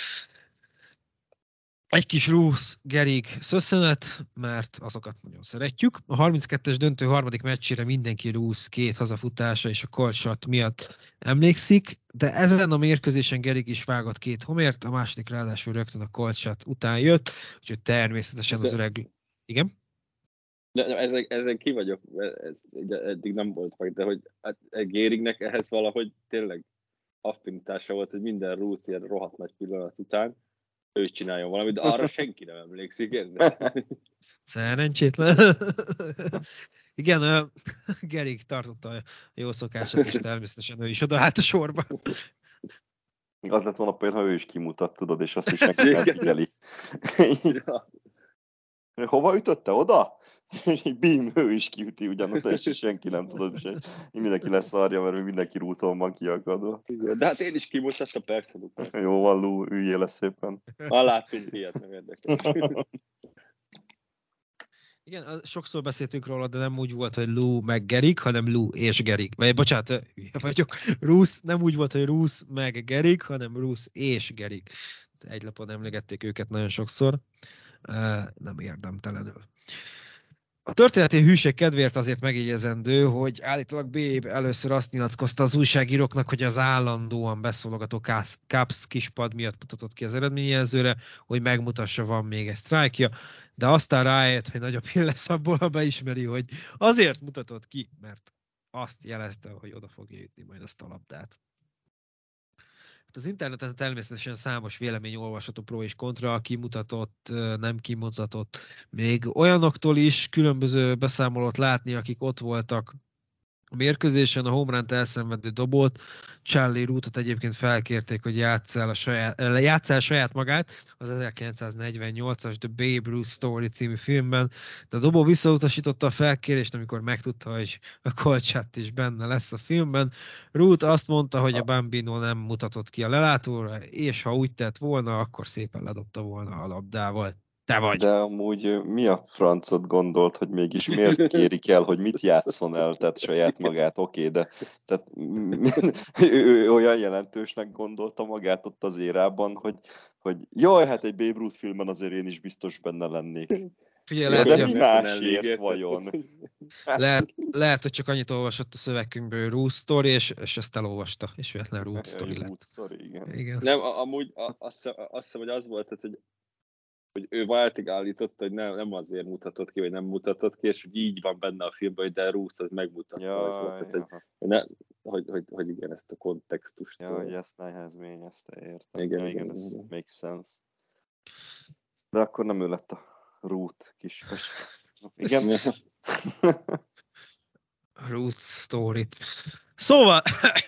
G: Egy kis Ruth Gehrig szösszenet, mert azokat nagyon szeretjük. A 32-es döntő harmadik meccsére mindenki Ruth 2 hazafutása és a cold shot miatt emlékszik, de ezen a mérkőzésen Gehrig is vágott 2 homért, a második ráadásul rögtön a cold shot után jött, úgyhogy természetesen az öreg... Igen?
H: De ezen ki vagyok, ez eddig nem volt meg, de hogy Gehrignek ehhez valahogy tényleg affinitása volt, hogy minden Ruth ilyen rohadt nagy pillanat után ő is csináljon valamit, de arra senki nem emlékszik, érde?
G: Szerencsétlen. Igen, Gehrig tartotta a jó szokását, és természetesen ő is odaállt a sorba.
F: Az lett volna például, ha ő is kimutat, tudod, és azt is senki nem figyeli. Hova ütötte? Oda? És így bím, ő is kiüti ugyanoda, és senki nem tudod, és mindenki leszarja, mert mindenki rúton van kiakadva.
H: De hát én is kimutattam, persze.
F: Jó van, Lou, üljél le szépen.
H: Már láttunk ilyet, nem érdekes.
G: Igen, sokszor beszéltünk róla, de nem úgy volt, hogy Lou meg Gehrig, hanem Lou és Gehrig. Vagy bocsánat, hülye vagyok. Ruth, nem úgy volt, hogy Ruth meg Gehrig, hanem Ruth és Gehrig. Egy lapon emlegették őket nagyon sokszor. Nem érdemtelenül. A történeti hűség kedvéért azért megjegyezendő, hogy állítólag Babe először azt nyilatkozta az újságíróknak, hogy az állandóan beszólogató Cubs kispad miatt mutatott ki az eredményjelzőre, hogy megmutassa, van még egy sztrájkja, de aztán rájött, hogy nagyobb hír lesz abból, ha beismeri, hogy azért mutatott ki, mert azt jelezte, hogy oda fogja jutni majd azt a labdát. Az interneten természetesen számos vélemény olvasható pro és kontra, kimutatott, nem kimutatott. Még olyanoktól is különböző beszámolót látni, akik ott voltak a mérkőzésen, a home runt elszenvedő dobót, Charlie Rootot egyébként felkérték, hogy játsszál saját magát az 1948-as The Babe Ruth Story című filmben, de a dobó visszautasította a felkérést, amikor megtudta, hogy a Kolcsát is benne lesz a filmben. Root azt mondta, hogy a Bambino nem mutatott ki a lelátóra, és ha úgy tett volna, akkor szépen ledobta volna a labdával. Te vagy.
F: De amúgy mi a francot gondolt, hogy mégis miért kérik el, hogy mit játszon el, tehát saját magát, oké, de tehát, ő olyan jelentősnek gondolta magát ott az érában, hogy jaj, hát egy Babe Ruth filmben azért én is biztos benne lennék.
G: Figyelj,
F: de mi másért vajon?
G: Lehet, hogy csak annyit olvasott a szövegkönyvből Ruth Story, és ezt elolvasta, és véletlen Ruth Story lett.
F: Ruth Story, igen.
G: Igen.
H: Nem, amúgy azt hiszem, hogy az volt, hogy ő váltig állította, hogy nem azért mutatott ki, vagy nem mutatott ki, és hogy így van benne a filmben, hogy de Ruth az megmutatta. Hogy igen, ezt a kontextust.
F: Ja, hogy ezt nehezményezte, értem.
H: Igen,
F: ez makes sense. De akkor nem ő lett a Ruth kiskos. Igen.
G: Ruth Story. Szóval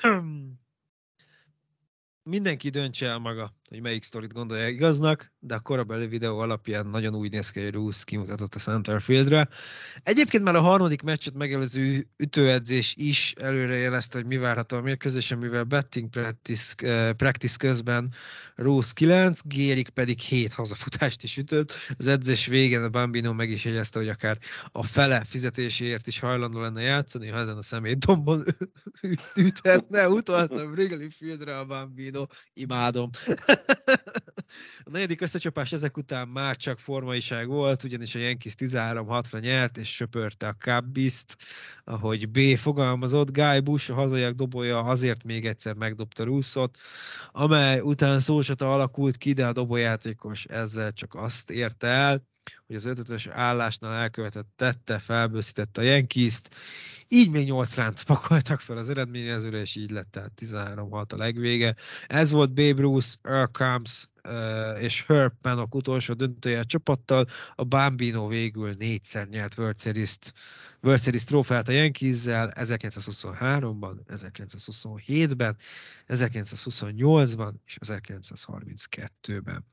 G: mindenki döntse el maga, hogy melyik sztorit gondolja igaznak, de a korabeli videó alapján nagyon úgy néz ki, hogy Ruth kimutatott a Centerfieldre. Egyébként már a harmadik meccset megelőző ütőedzés is előrejelezte, hogy mi várható a mérkőzésen, mivel betting practice közben Ruth 9, Gérik pedig 7 hazafutást is ütött. Az edzés végén a Bambino meg is jegyezte, hogy akár a fele fizetéséért is hajlandó lenne játszani, ha ezen a szemétdombon üthetne. Utaltam Wrigley Fieldre a Bambino. Imádom. A negyedik összecsapás ezek után már csak formaiság volt, ugyanis a Yankees 13-6-ra nyert, és söpörte a Cubs-t, ahogy B fogalmazott. Guy Bush, a hazaiak dobója azért még egyszer megdobta Ruthot, amely után szócsata alakult ki, de a dobójátékos ezzel csak azt érte el, hogy az 5-5-ös állásnál elkövetett tette felbőszítette a Yankees-t, így még 8 ránt pakoltak fel az eredményezőre, és így lett tehát 13-6 a legvége. Ez volt Babe Ruth, Earl Combs és Herb Pennock utolsó döntője a csapattal. A Bambino végül 4-szer nyert World Series trófeát a Yankees-zel 1923-ban, 1927-ben, 1928-ban és 1932-ben.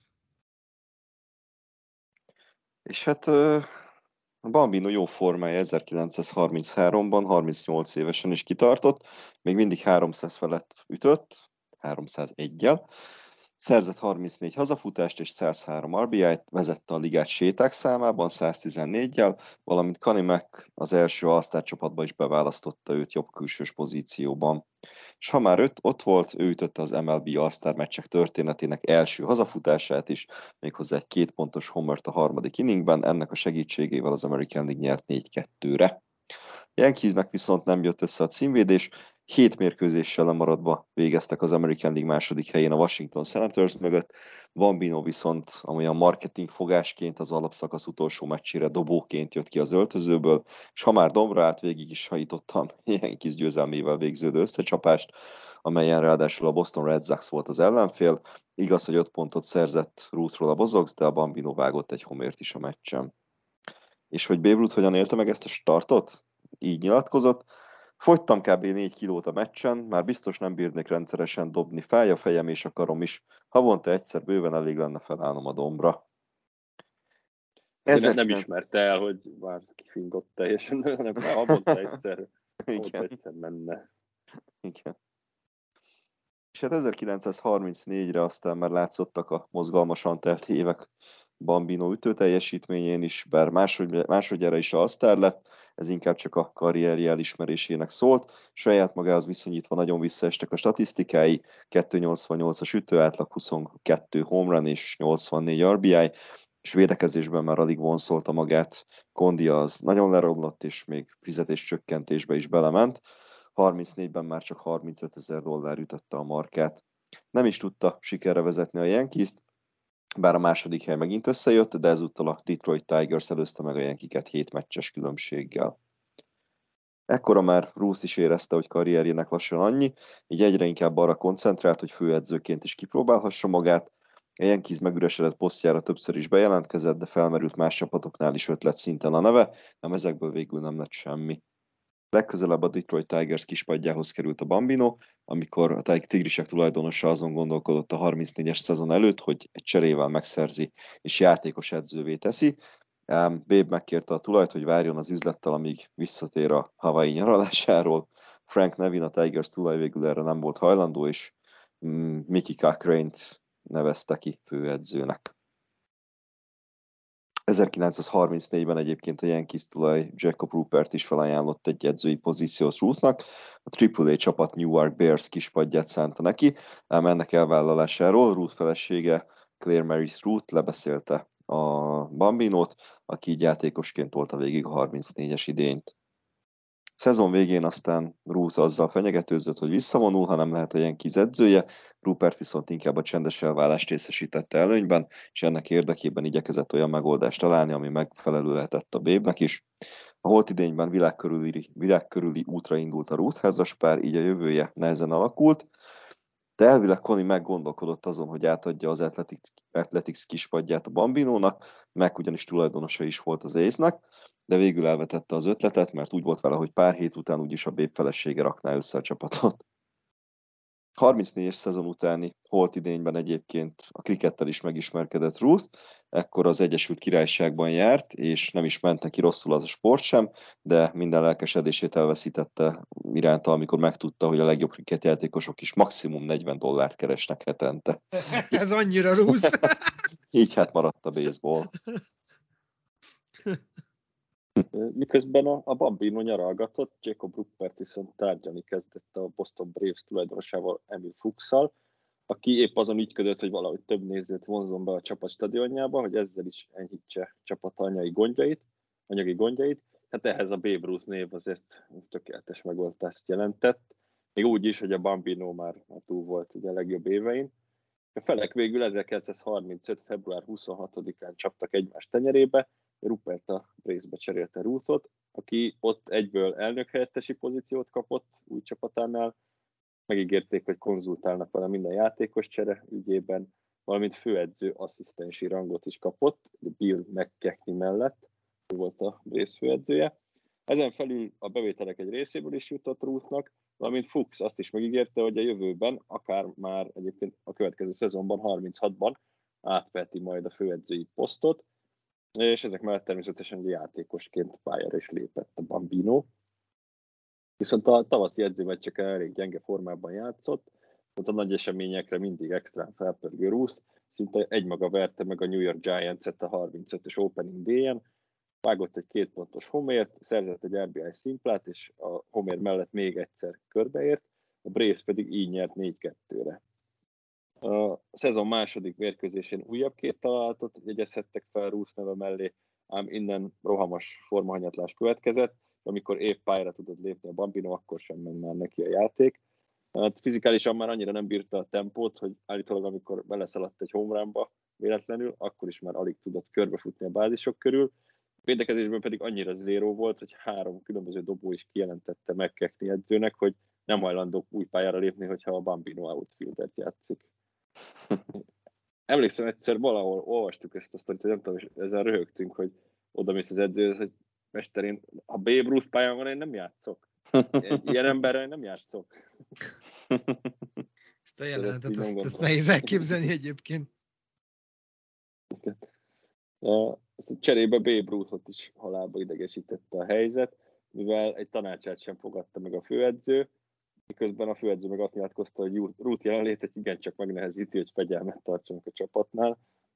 G: És
F: hát a Bambino jó formája 1933-ban, 38 évesen is kitartott, még mindig 300 felett ütött, 301-jel, szerzett 34 hazafutást és 103 RBI-t, vezette a ligát séták számában 114-jel, valamint Connie Mack az első All-Star csapatba is beválasztotta őt jobb külsős pozícióban. És ha már ott volt, ő ütötte az MLB All-Star meccsek történetének első hazafutását is, méghozzá egy 2 pontos homert a harmadik inningben, ennek a segítségével az American League nyert 4-2-re. Yankeesnek viszont nem jött össze a címvédés, 7 mérkőzéssel lemaradva végeztek az American League második helyén a Washington Senators mögött, Bambino viszont amolyan marketing fogásként az alapszakasz utolsó meccsére dobóként jött ki az öltözőből, és ha már dombra állt, végig is hajítottam Yankees győzelmével végződő összecsapást, amelyen ráadásul a Boston Red Sox volt az ellenfél. Igaz, hogy 5 pontot szerzett Ruthról a Bozox, de a Bambino vágott egy homért is a meccsen. És hogy Babe Ruth hogyan élte meg ezt a startot? Így nyilatkozott. Fogytam kb. 4 kilót a meccsen, már biztos nem bírnék rendszeresen dobni, fáj a fejem és a karom is. Havonta egyszer bőven elég lenne felállnom a dombra.
H: Nem ismerte el, hogy már kifingott teljesen, hanem havonta egyszer menne.
F: Igen. És hát 1934-re aztán már látszottak a mozgalmasan telt évek Bambino ütőteljesítményén is, bár másodjára is All-Star lett, ez inkább csak a karrierje elismerésének szólt. Saját magához viszonyítva nagyon visszaestek a statisztikái, 2.88-as ütőátlag, 22 home run és 84 RBI, és védekezésben már alig vonszolta magát. Kondia az nagyon leromlott, és még fizetéscsökkentésbe is belement. 34-ben már csak $35,000 ütötte a markát. Nem is tudta sikerre vezetni a Yankees-t, bár a második hely megint összejött, de ezúttal a Detroit Tigers előzte meg a Yankees-ket 7 meccses különbséggel. Ekkora már Ruth is érezte, hogy karrierjének lassan annyi, így egyre inkább arra koncentrált, hogy főedzőként is kipróbálhassa magát. A Yankees megüresedett posztjára többször is bejelentkezett, de felmerült más csapatoknál is ötlet szinten a neve, ám ezekből végül nem lett semmi. Legközelebb a Detroit Tigers kispadjához került a Bambino, amikor a Tigrisek tulajdonosa azon gondolkodott a 34-es szezon előtt, hogy egy cserével megszerzi és játékos edzővé teszi. Babe megkérte a tulajt, hogy várjon az üzlettel, amíg visszatér a Hawaii nyaralásáról. Frank Nevin, a Tigers tulaj végül erre nem volt hajlandó, és Mickey Cochrane-t nevezte ki főedzőnek. 1934-ben egyébként a Yankees tulaj Jacob Ruppert is felajánlott egy edzői pozíciót Ruthnak, a AAA csapat Newark Bears kispadját szánta neki, ám ennek elvállalásáról Ruth felesége Claire Mary Ruth lebeszélte a Bambinót, aki így játékosként tolta végig a 34-es idényt. Szezon végén aztán Ruth azzal fenyegetőzött, hogy visszavonul, ha nem lehet a Yankees edzője, Ruppert viszont inkább a csendes elválást részesítette előnyben, és ennek érdekében igyekezett olyan megoldást találni, ami megfelelő lehetett a Babe-nek is. A holt idényben világkörüli útra indult a Ruth házaspár, így a jövője nehezen alakult, de elvileg Connie meggondolkodott azon, hogy átadja az Athletics kispadját a Bambinónak, meg ugyanis tulajdonosa is volt az Ace-nek, de végül elvetette az ötletet, mert úgy volt vele, hogy pár hét után úgyis a Babe felesége rakná össze a csapatot. 34-es szezon utáni holt idényben egyébként a krikettel is megismerkedett Ruth, ekkor az Egyesült Királyságban járt, és nem is ment neki rosszul az a sport sem, de minden lelkesedését elveszítette iránta, amikor megtudta, hogy a legjobb kriketjátékosok is maximum $40 keresnek hetente.
G: Ez annyira Ruth.
F: Így hát maradt a baseball.
H: Miközben a Bambino nyaralgatott, Jacob Ruppert viszont tárgyalni kezdett a Boston Braves tulajdonosával, Emil Fuchs-szal, aki épp azon ügyködött, hogy valahogy több nézőt vonzon be a csapat stadionjába, hogy ezzel is enyhítse csapat anyagi gondjait. Hát ehhez a Babe Ruth név azért tökéletes megoldást jelentett. Még úgy is, hogy a Bambino már túl volt ugye a legjobb évein. A felek végül 1935. február 26-án csaptak egymás tenyerébe, Ruppert a Braves-be cserélte Ruthot, aki ott egyből elnökhelyettesi pozíciót kapott új csapatánál, megígérték, hogy konzultálnak vele minden játékos csere ügyében, valamint főedző asszisztensi rangot is kapott, Bill McKechnie mellett, ő volt a Braves főedzője. Ezen felül a bevételek egy részéből is jutott Ruthnak, valamint Fuchs azt is megígérte, hogy a jövőben, akár már egyébként a következő szezonban, 36-ban átveti majd a főedzői posztot, és ezek mellett természetesen játékosként pályára is lépett a Bambino. Viszont a tavaszi edzőmeccseken elég gyenge formában játszott, a nagy eseményekre mindig extrán felpörgő Ruth, szinte egymaga verte meg a New York Giants-et a 35-ös opening day-en, vágott egy 2 pontos homért, szerzett egy RBI szimplát, és a homér mellett még egyszer körbeért, a Braves pedig így nyert 4-2-re. A szezon második mérkőzésén újabb 2 találatot jegyezhettek fel Ruth neve mellé, ám innen rohamos formahanyatlás következett, amikor épp pályára tudott lépni a Bambino, akkor sem ment már neki a játék. Hát fizikálisan már annyira nem bírta a tempót, hogy állítólag amikor beleszaladt egy home runba véletlenül, akkor is már alig tudott körbefutni a bázisok körül. Védekezésben pedig annyira zéró volt, hogy 3 különböző dobó is kijelentette McKechnie edzőnek, hogy nem hajlandók új pályára lépni, hogyha a Bambino outfieldert játszik. Emlékszem, egyszer valahol olvastuk ezt a sztorit, hogy nem tudom, és ezzel röhögtünk, hogy oda mész az edzőhöz, hogy mester, én, ha Babe Ruth pályán van, én nem játszok. Egy ilyen emberrel nem játszok.
G: Ezt a jelenetet, ezt nehéz elképzelni egyébként.
H: Cserébe Babe Ruthot is halálba idegesítette a helyzet, mivel egy tanácsát sem fogadta meg a főedző, miközben a főedző meg azt nyilatkozta, hogy Ruth jelenlétet igencsak megnehezíti, hogy fegyelmet tartsanak a csapatnál.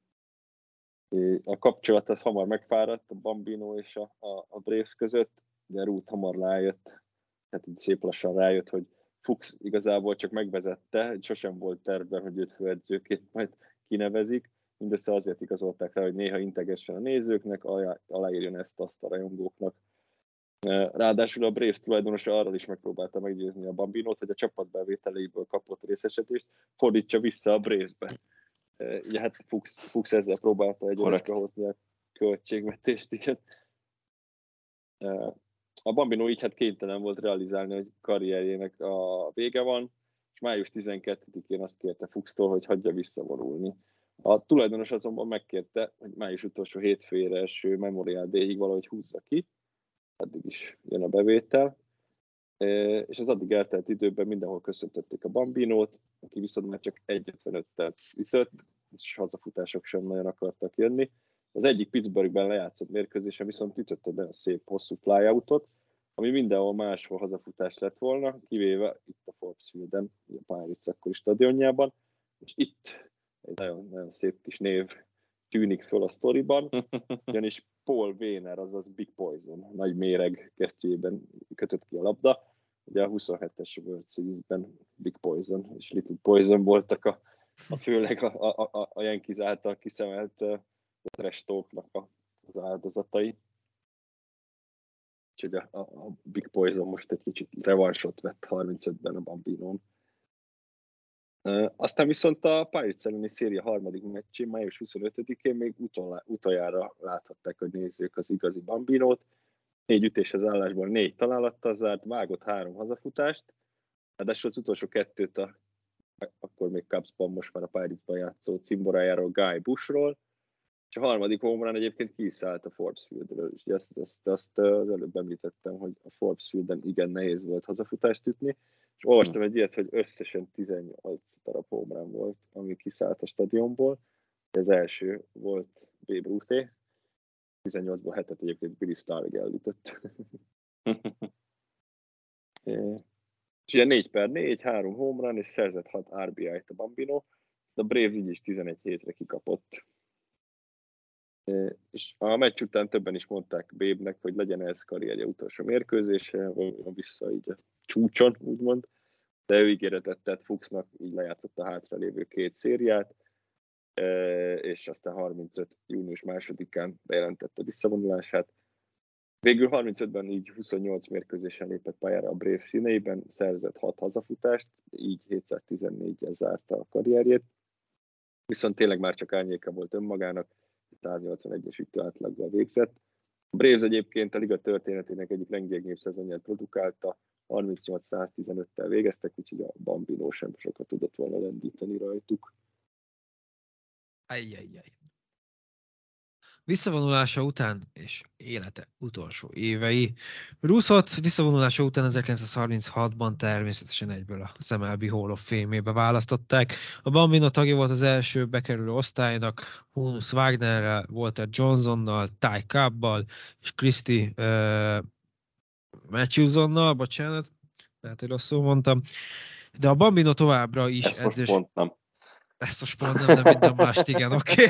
H: A kapcsolat az hamar megfáradt a Bambino és a Braves között, de Ruth hamar rájött, hát így szép lassan rájött, hogy Fuchs igazából csak megvezette, sosem volt tervben, hogy őt főedzőként majd kinevezik, mindössze azért igazolták rá, hogy néha integessen a nézőknek, aláírjon ezt-azt a rajongóknak. Ráadásul a Braves tulajdonosa arról is megpróbálta meggyőzni a Bambinót, hogy a csapatbevételeiből kapott részesedést fordítsa vissza a Bravesbe. Ugye hát Fuchs ezzel próbálta egy orvosra hozni a költségvetést, igen. A Bambino így hát kénytelen volt realizálni, hogy karrierjének a vége van, és május 12-én azt kérte Fuchstól, hogy hagyja visszavonulni. A tulajdonos azonban megkérte, hogy május utolsó hétfőjére eső Memorial Day-ig valahogy húzza ki, addig is jön a bevétel, és az addig eltelt időben mindenhol köszöntötték a Bambinót, aki viszont már csak 1.55-tel ütött, és hazafutások sem nagyon akartak jönni. Az egyik Pittsburghben lejátszott mérkőzésen viszont ütött egy nagyon szép hosszú flyoutot, ami mindenhol máshol hazafutás lett volna, kivéve itt a Forbes Fielden, a Pirates akkori stadionjában, és itt egy nagyon, nagyon szép kis név tűnik föl a sztoriban, ugyanis Paul Wehner, azaz Big Poison, nagy méreg kesztyűjében kötött ki a labda. Ugye a 27-es World Series-ben Big Poison és Little Poison voltak főleg a Yankees által kiszemelt trash talknak az áldozatai. Úgyhogy a Big Poison most egy kicsit revansot vett 35-ben a Bambinón. Aztán viszont a Pirates elleni széria harmadik meccsén, május 25-én még utoljára láthatták a nézők az igazi Bambinót. 4 ütéshez állásból 4 találattal zárt, vágott 3 hazafutást, ráadásul az utolsó 2-t akkor még Cubsban, most már a Pirates-ban játszó cimborájáról, Guy Bushról, és a harmadik home run egyébként kiszállt a Forbes Fieldről, és ezt az előbb említettem, hogy a Forbes Fielden igen nehéz volt hazafutást ütni, és olvastam egy ilyet, hogy összesen 18 darab home run volt, ami kiszállt a stadionból. Az első volt Babe Ruth-é, 18-ból 7-et egyébként Billy Stargell elütött. És ugye 4/4, 3 home run, és szerzett 6 RBI-t a Bambino, de a Braves így is 11 hétre kikapott. És a meccs után többen is mondták Babe-nek, hogy legyen ez karrierje utolsó mérkőzése, vagy vissza így a csúcson, úgymond. De ő ígéretet tett Fuchsnak, így lejátszott a hátralévő 2 szériát, és aztán 35. június 2-án bejelentette visszavonulását. Végül 35-ben így 28 mérkőzésen lépett pályára a Braves színeiben, szerzett 6 hazafutást, így 714-jel zárta a karrierjét. Viszont tényleg már csak árnyéka volt önmagának, 181-es ütőátlaggal végzett. A Braves egyébként a liga történetének egyik leggyengébb szezonját produkálta, 38-115-tel végeztek, úgyhogy a Bambino sem sokat tudott volna lendíteni rajtuk.
G: Visszavonulása után és élete utolsó évei. Russot visszavonulása után 1936-ban természetesen egyből a MLB Hall of Fame-ébe választották. A Bambino tagja volt az első bekerülő osztálynak, Honus Wagnerrel, Walter Johnsonnal, Ty Cobb-bal és Christy Matthewsonnal, bocsánat, lehet, hogy rosszul mondtam. De a Bambino továbbra is
F: Ezt most mondtam.
G: Ezt most mondtam, de minden mást, igen, oké.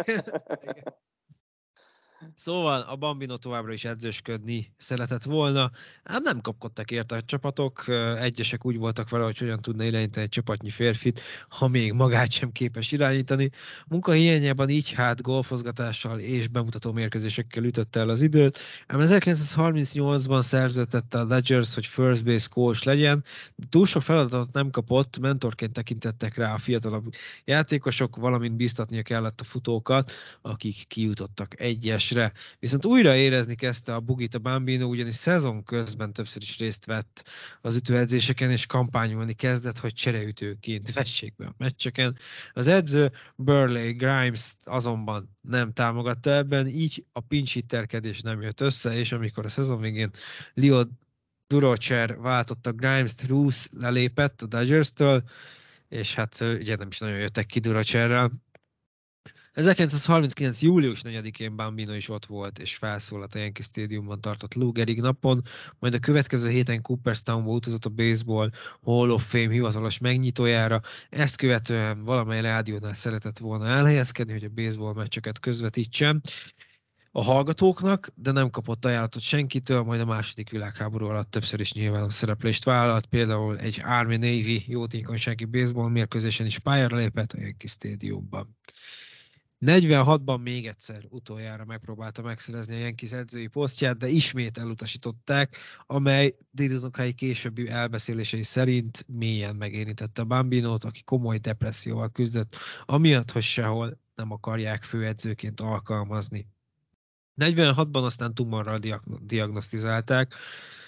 G: Szóval a Bambino továbbra is edzősködni szeretett volna, ám nem kapkodtak érte a csapatok, egyesek úgy voltak vele, hogy hogyan tudna irányítani egy csapatnyi férfit, ha még magát sem képes irányítani. Munkahiányában így hát golfozgatással és bemutató mérkőzésekkel ütötte el az időt, ám 1938-ban szerződtette a Dodgers, hogy first base coach legyen, de túl sok feladatot nem kapott, mentorként tekintettek rá a fiatalabb játékosok, valamint bíztatnia kellett a futókat, akik kijutottak egyesre. Viszont újra érezni kezdte a bugit a Bambino, ugyanis szezon közben többször is részt vett az ütőedzéseken, és kampányolni kezdett, hogy csereütőként vessék be a meccseken. Az edző Burley Grimes azonban nem támogatta ebben, így a pinch hitterkedés nem jött össze, és amikor a szezon végén Leo Durocher váltotta Grimes-t, Ruth lelépett a Dodgers-től, és hát ugye nem is nagyon jöttek ki Durocherrel. 1939. július 4-én Bambino is ott volt, és felszólalt a Yankee Stadiumban tartott Lou Gehrig napon, majd a következő héten Cooperstownba utazott a Baseball Hall of Fame hivatalos megnyitójára, ezt követően valamely rádiónál szeretett volna elhelyezkedni, hogy a baseball meccseket közvetítsen a hallgatóknak, de nem kapott ajánlatot senkitől, majd a második világháború alatt többször is nyilván a szereplést vállalt, például egy Army-Navy jótékonysági baseball mérkőzésen is pályára lépett a Yankee Stadiumban. 46-ban még egyszer utoljára megpróbálta megszerezni a Yankees edzői posztját, de ismét elutasították, amely dédunokai későbbi elbeszélései szerint mélyen megérintette a Bambinót, aki komoly depresszióval küzdött, amiatt, hogy sehol nem akarják főedzőként alkalmazni. 46-ban aztán tumorral diagnosztizálták,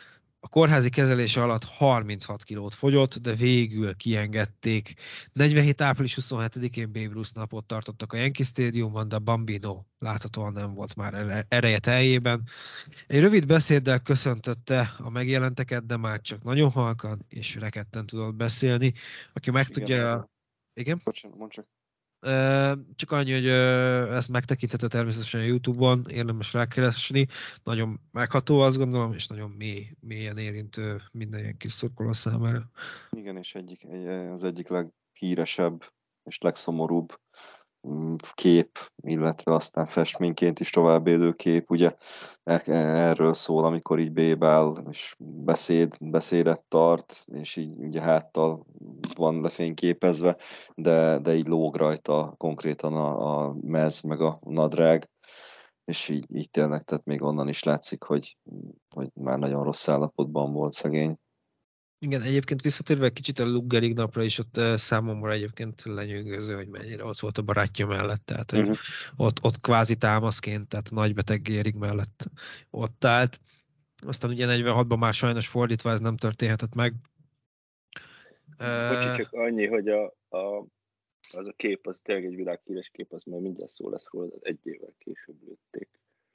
G: A kórházi kezelése alatt 36 kilót fogyott, de végül kiengedték. 47. április 27-én Babe Ruth napot tartottak a Yankee Stadiumban, de Bambino láthatóan nem volt már ereje teljében. Egy rövid beszéddel köszöntötte a megjelenteket, de már csak nagyon halkan és rekedten tudott beszélni. Aki meg tudja... Igen?
F: Bocsánat, mondd csak.
G: Csak annyi, hogy ezt megtekinthető természetesen a YouTube-on, érdemes rákeresni. Nagyon megható, azt gondolom, és nagyon mélyen érintő minden ilyen kis szurkoló számára.
F: Igen, és az egyik leghíresebb és legszomorúbb kép, illetve aztán festményként is továbbélő kép, ugye erről szól, amikor így bébál, és beszédet tart, és így ugye háttal van lefényképezve, de így lóg rajta konkrétan a mez, meg a nadrág, és így tényleg, tehát még onnan is látszik, hogy már nagyon rossz állapotban volt szegény.
G: Igen, egyébként visszatérve egy kicsit a Luke Gehrig napra is, ott számomra egyébként lenyűgöző, hogy mennyire ott volt a barátja mellett, tehát hogy ott kvázi támaszként, tehát nagybeteg Gehrig mellett ott állt. Aztán ugye 46-ban már sajnos fordítva ez nem történhetett meg.
H: Bocsi, csak annyi, hogy az a kép, az tényleg egy világhíres kép, az majd mindjárt szó lesz róla, egy évvel később lőtték.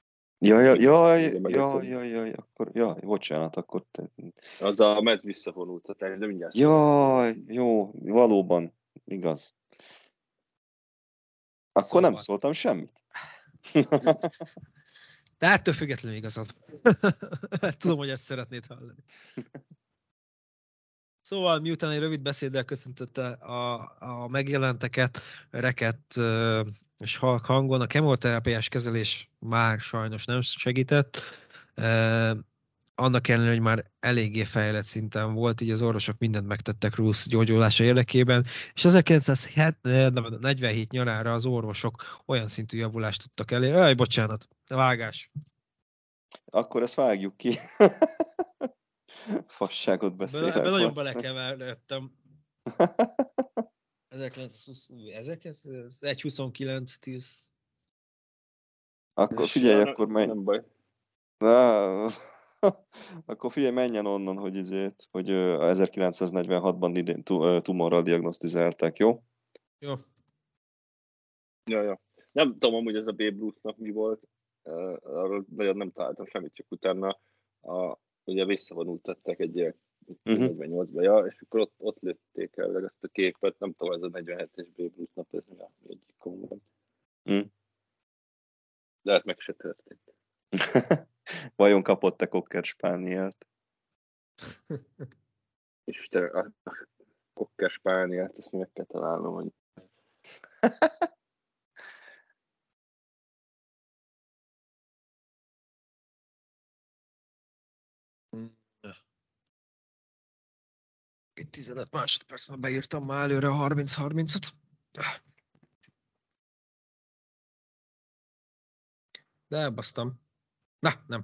F: Akkor, bocsánat, akkor te...
H: Az a mez visszavonultatás, de mindjárt
F: jó, valóban, igaz. Akkor szóval... nem szóltam semmit.
G: De ettől függetlenül igazad. Tudom, hogy ezt szeretnéd hallani. Szóval miután egy rövid beszéddel köszöntötte a megjelenteket, rekedt és halk hangon, a kemoterápiás kezelés már sajnos nem segített. Annak ellenére, hogy már eléggé fejlett szinten volt, így az orvosok mindent megtettek Ruth gyógyulása érdekében, és 1947 nyarára az orvosok olyan szintű javulást tudtak elérni. Bocsánat, vágás.
F: Akkor ezt vágjuk ki. Fasságot beszélek.
G: Ebben nagyon belekeveredtem. 1929-10.
F: Akkor figyelj, akkor menj.
H: Nem baj.
F: Akkor figyelj, menjen onnan, hogy 1946-ban tumorral diagnosztizálták, jó?
G: Jó.
H: Ja. Nem tudom, amúgy ez a Babe Ruth-nak mi volt. Arról nagyon nem találtam semmit, csak utána ugye visszavonultatták egy ilyen 48-ba, és akkor ott lőtték el ezt a képet, nem tudom, ez a 47-es Babe Ruth nap, ez mi egyik komolyan. De hát meg se történt.
F: Vajon kapott-e Cocker Spanielt?
H: Isten, a Cocker Spanielt, ezt meg kell találnom, hogy...
G: Itt 15 másodpercben beírtam már előre a 30-30-at. De elbasztam. Na, nem.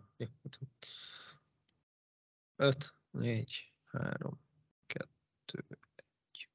G: 5, 4, 3, 2, 1.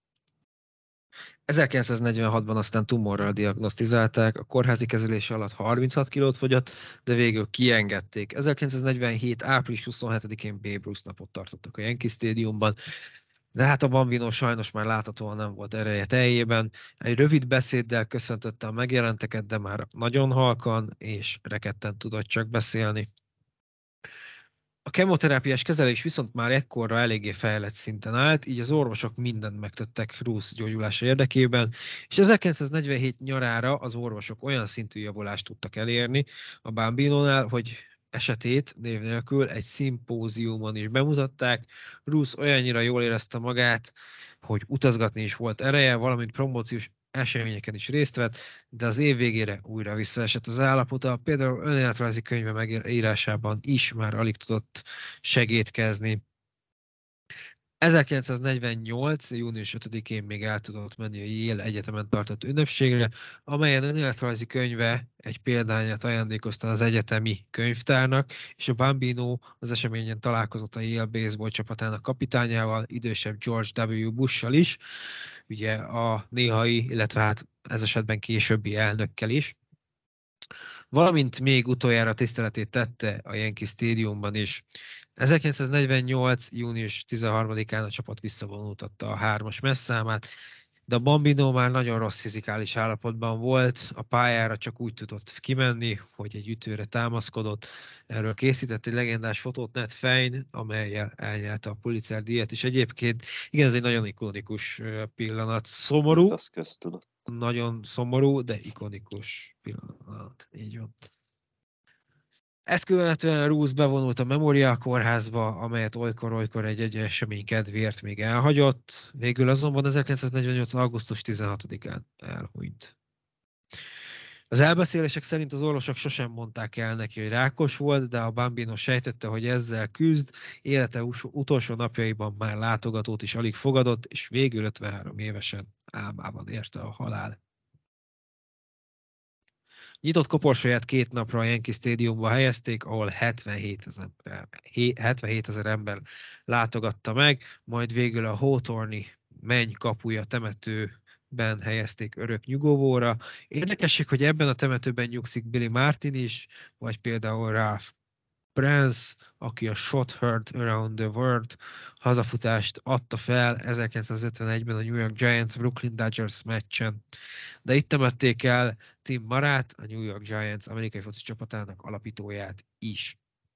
G: 1946-ban aztán tumorral diagnosztizálták, a kórházi kezelése alatt 36 kilót fogyott, de végül kiengedték. 1947. április 27-én Babe Ruth napot tartottak a Yankee Stadiumban, de hát a Bambino sajnos már láthatóan nem volt ereje teljében. Egy rövid beszéddel köszöntötte a megjelenteket, de már nagyon halkan és rekedten tudott csak beszélni. A kemoterápiás kezelés viszont már ekkorra eléggé fejlett szinten állt, így az orvosok mindent megtettek Ruth gyógyulása érdekében, és 1947 nyarára az orvosok olyan szintű javulást tudtak elérni a Bambinónál, hogy esetét név nélkül egy szimpóziumon is bemutatták. Ruth olyannyira jól érezte magát, hogy utazgatni is volt ereje, valamint promóciós eseményeken is részt vett, de az év végére újra visszaesett az állapota. Például önéletrajzi könyve megírásában is már alig tudott segédkezni. 1948. június 5-én még el tudott menni a Yale Egyetemen tartott ünnepségre, amelyen önéletrajzi könyve egy példányát ajándékozta az egyetemi könyvtárnak, és a Bambino az eseményen találkozott a Yale baseball csapatának kapitányával, idősebb George W. Bush-sal is, ugye a néhai, illetve hát ez esetben későbbi elnökkel is. Valamint még utoljára tiszteletét tette a Yankee Stadiumban is. 1948. június 13-án a csapat visszavonultatta a 3-as messzámát, de a Bambino már nagyon rossz fizikális állapotban volt, a pályára csak úgy tudott kimenni, hogy egy ütőre támaszkodott. Erről készített egy legendás fotót Ned Fein, amellyel elnyelte a Pulitzer díjat, és egyébként igen, ez egy nagyon ikonikus pillanat. Szomorú,
F: Az köztudott.
G: nagyon szomorú, de ikonikus pillanat. Így van. Ezt követően Roos bevonult a Memorial kórházba, amelyet olykor-olykor egy esemény kedvéért még elhagyott. Végül azonban 1948. augusztus 16-án elhunyt. Az elbeszélések szerint az orvosok sosem mondták el neki, hogy rákos volt, de a Bambino sejtette, hogy ezzel küzd, élete utolsó napjaiban már látogatót is alig fogadott, és végül 53 évesen álmában érte a halál. Nyitott koporsóját 2 napra a Yankee Stadiumba helyezték, ahol 77 000 ember látogatta meg, majd végül a Hawthorne-i menny kapuja temetőben helyezték örök nyugovóra. Érdekesség, hogy ebben a temetőben nyugszik Billy Martin is, vagy például Ralph Brans, aki a Shot Heard Around the World hazafutást adta fel 1951-ben a New York Giants Brooklyn Dodgers meccsen. De itt temették el Tim Marát, a New York Giants amerikai foci csapatának alapítóját is.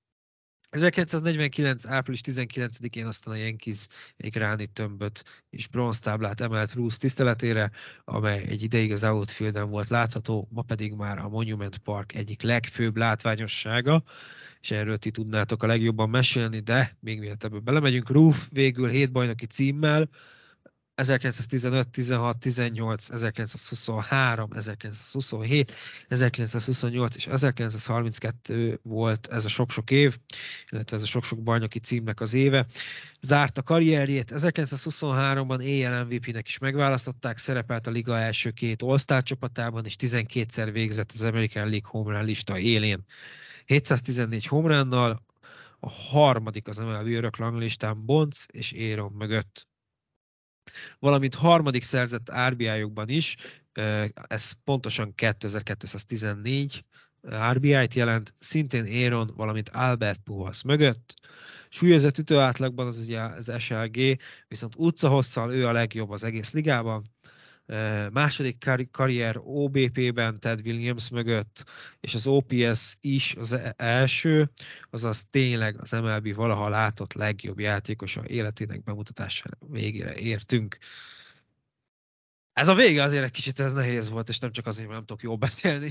G: 1949. április 19-én aztán a Yankees egy gránit tömböt és bronztáblát emelt Roos tiszteletére, amely egy ideig az outfielden volt látható, ma pedig már a Monument Park egyik legfőbb látványossága, és erről ti tudnátok a legjobban mesélni, de még mielőtt ebből belemegyünk, Roos végül 7 bajnoki címmel, 1915, 16, 18, 1923, 1927, 1928 és 1932 volt ez a sok-sok év, illetve ez a sok-sok bajnoki címnek az éve. Zárt a karrierjét, 1923-ban AL MVP-nek is megválasztották, szerepelt a liga első 2 All-Star csapatában, és 12-szer végzett az American League home run lista élén. 714 home runnal, a harmadik az MLB örök ranglistán Bonds és Aaron mögött. Valamint harmadik szerzett RBI-jukban is, ez pontosan 2214 RBI-t jelent, szintén Aaron, valamint Albert Pujols mögött. Súlyozott ütőátlagban az ugye az SLG, viszont utcahosszal ő a legjobb az egész ligában. Második karrier OBP-ben Ted Williams mögött, és az OPS is az első, azaz tényleg az MLB valaha látott legjobb játékosa életének bemutatására végére értünk. Ez a vége azért egy kicsit ez nehéz volt, és nem csak azért, mert nem tudok jól beszélni.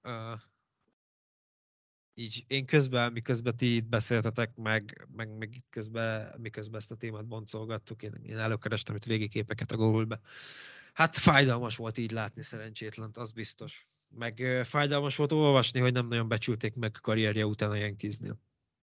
G: Így én közben, miközben ti itt beszéltetek, meg miközben ezt a témát boncolgattuk, én előkerestem itt végigképeket a Google-be. Hát fájdalmas volt így látni szerencsétlent, az biztos. Meg fájdalmas volt olvasni, hogy nem nagyon becsülték meg a karrierje után a Yankeesnél.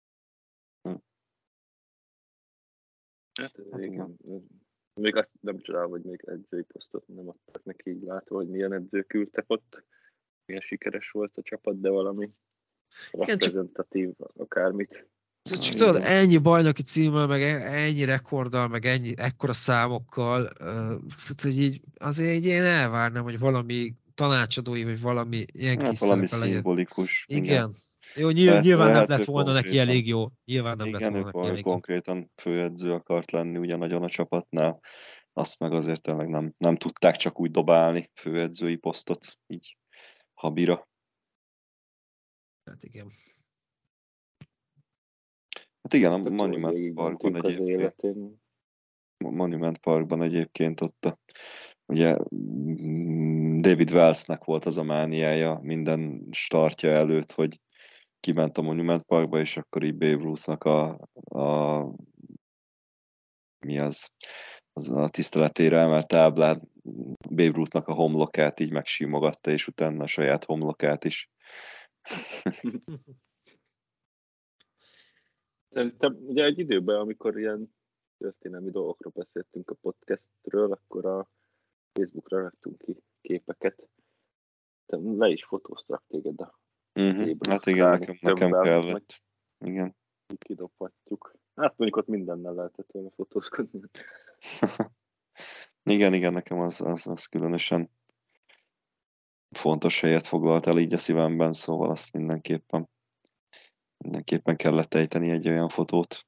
H: Hát igen. Még azt nem csodálom, hogy még edzői posztot nem adtak neki, így látva, hogy milyen edzők ültek ott, milyen sikeres volt a csapat, de valami reprezentatív akármit.
G: Csak tudod, ennyi bajnoki címmel, meg ennyi rekorddal, meg ekkora számokkal, hogy így, azért így én elvárnám, hogy valami tanácsadói, vagy valami ilyen kis
F: valami szimbolikus.
G: Igen. Jó, nyilván nem lett volna neki elég jó. Nyilván nem lett volna neki elég jó.
F: Konkrétan főedző akart lenni ugyanagyon a csapatnál. Azt meg azért tényleg nem tudták csak úgy dobálni főedzői posztot, így habira.
G: Hát igen.
F: Hát igen, a Monument Parkban egyébként ott ugye David Wellsnek volt az a mániája minden startja előtt, hogy kiment a Monument Parkba, és akkor így Babe Ruthnak a tiszteletére emelt táblán Babe Ruthnak a homlokát így megsimogatta, és utána a saját homlokát is.
H: Szerintem ugye egy időben, amikor ilyen történelmi dolgokról beszéltünk a podcastről, akkor a Facebookra raktunk ki képeket. Le is fotóztak téged a
F: Hát igen, nekem kellett. Igen.
H: Kidobhatjuk. Hát mondjuk ott mindennel lehetett volna fotózkodni.
F: igen, nekem az különösen fontos helyet foglalt el így a szívemben, szóval azt mindenképpen kellett ejteni egy olyan fotót.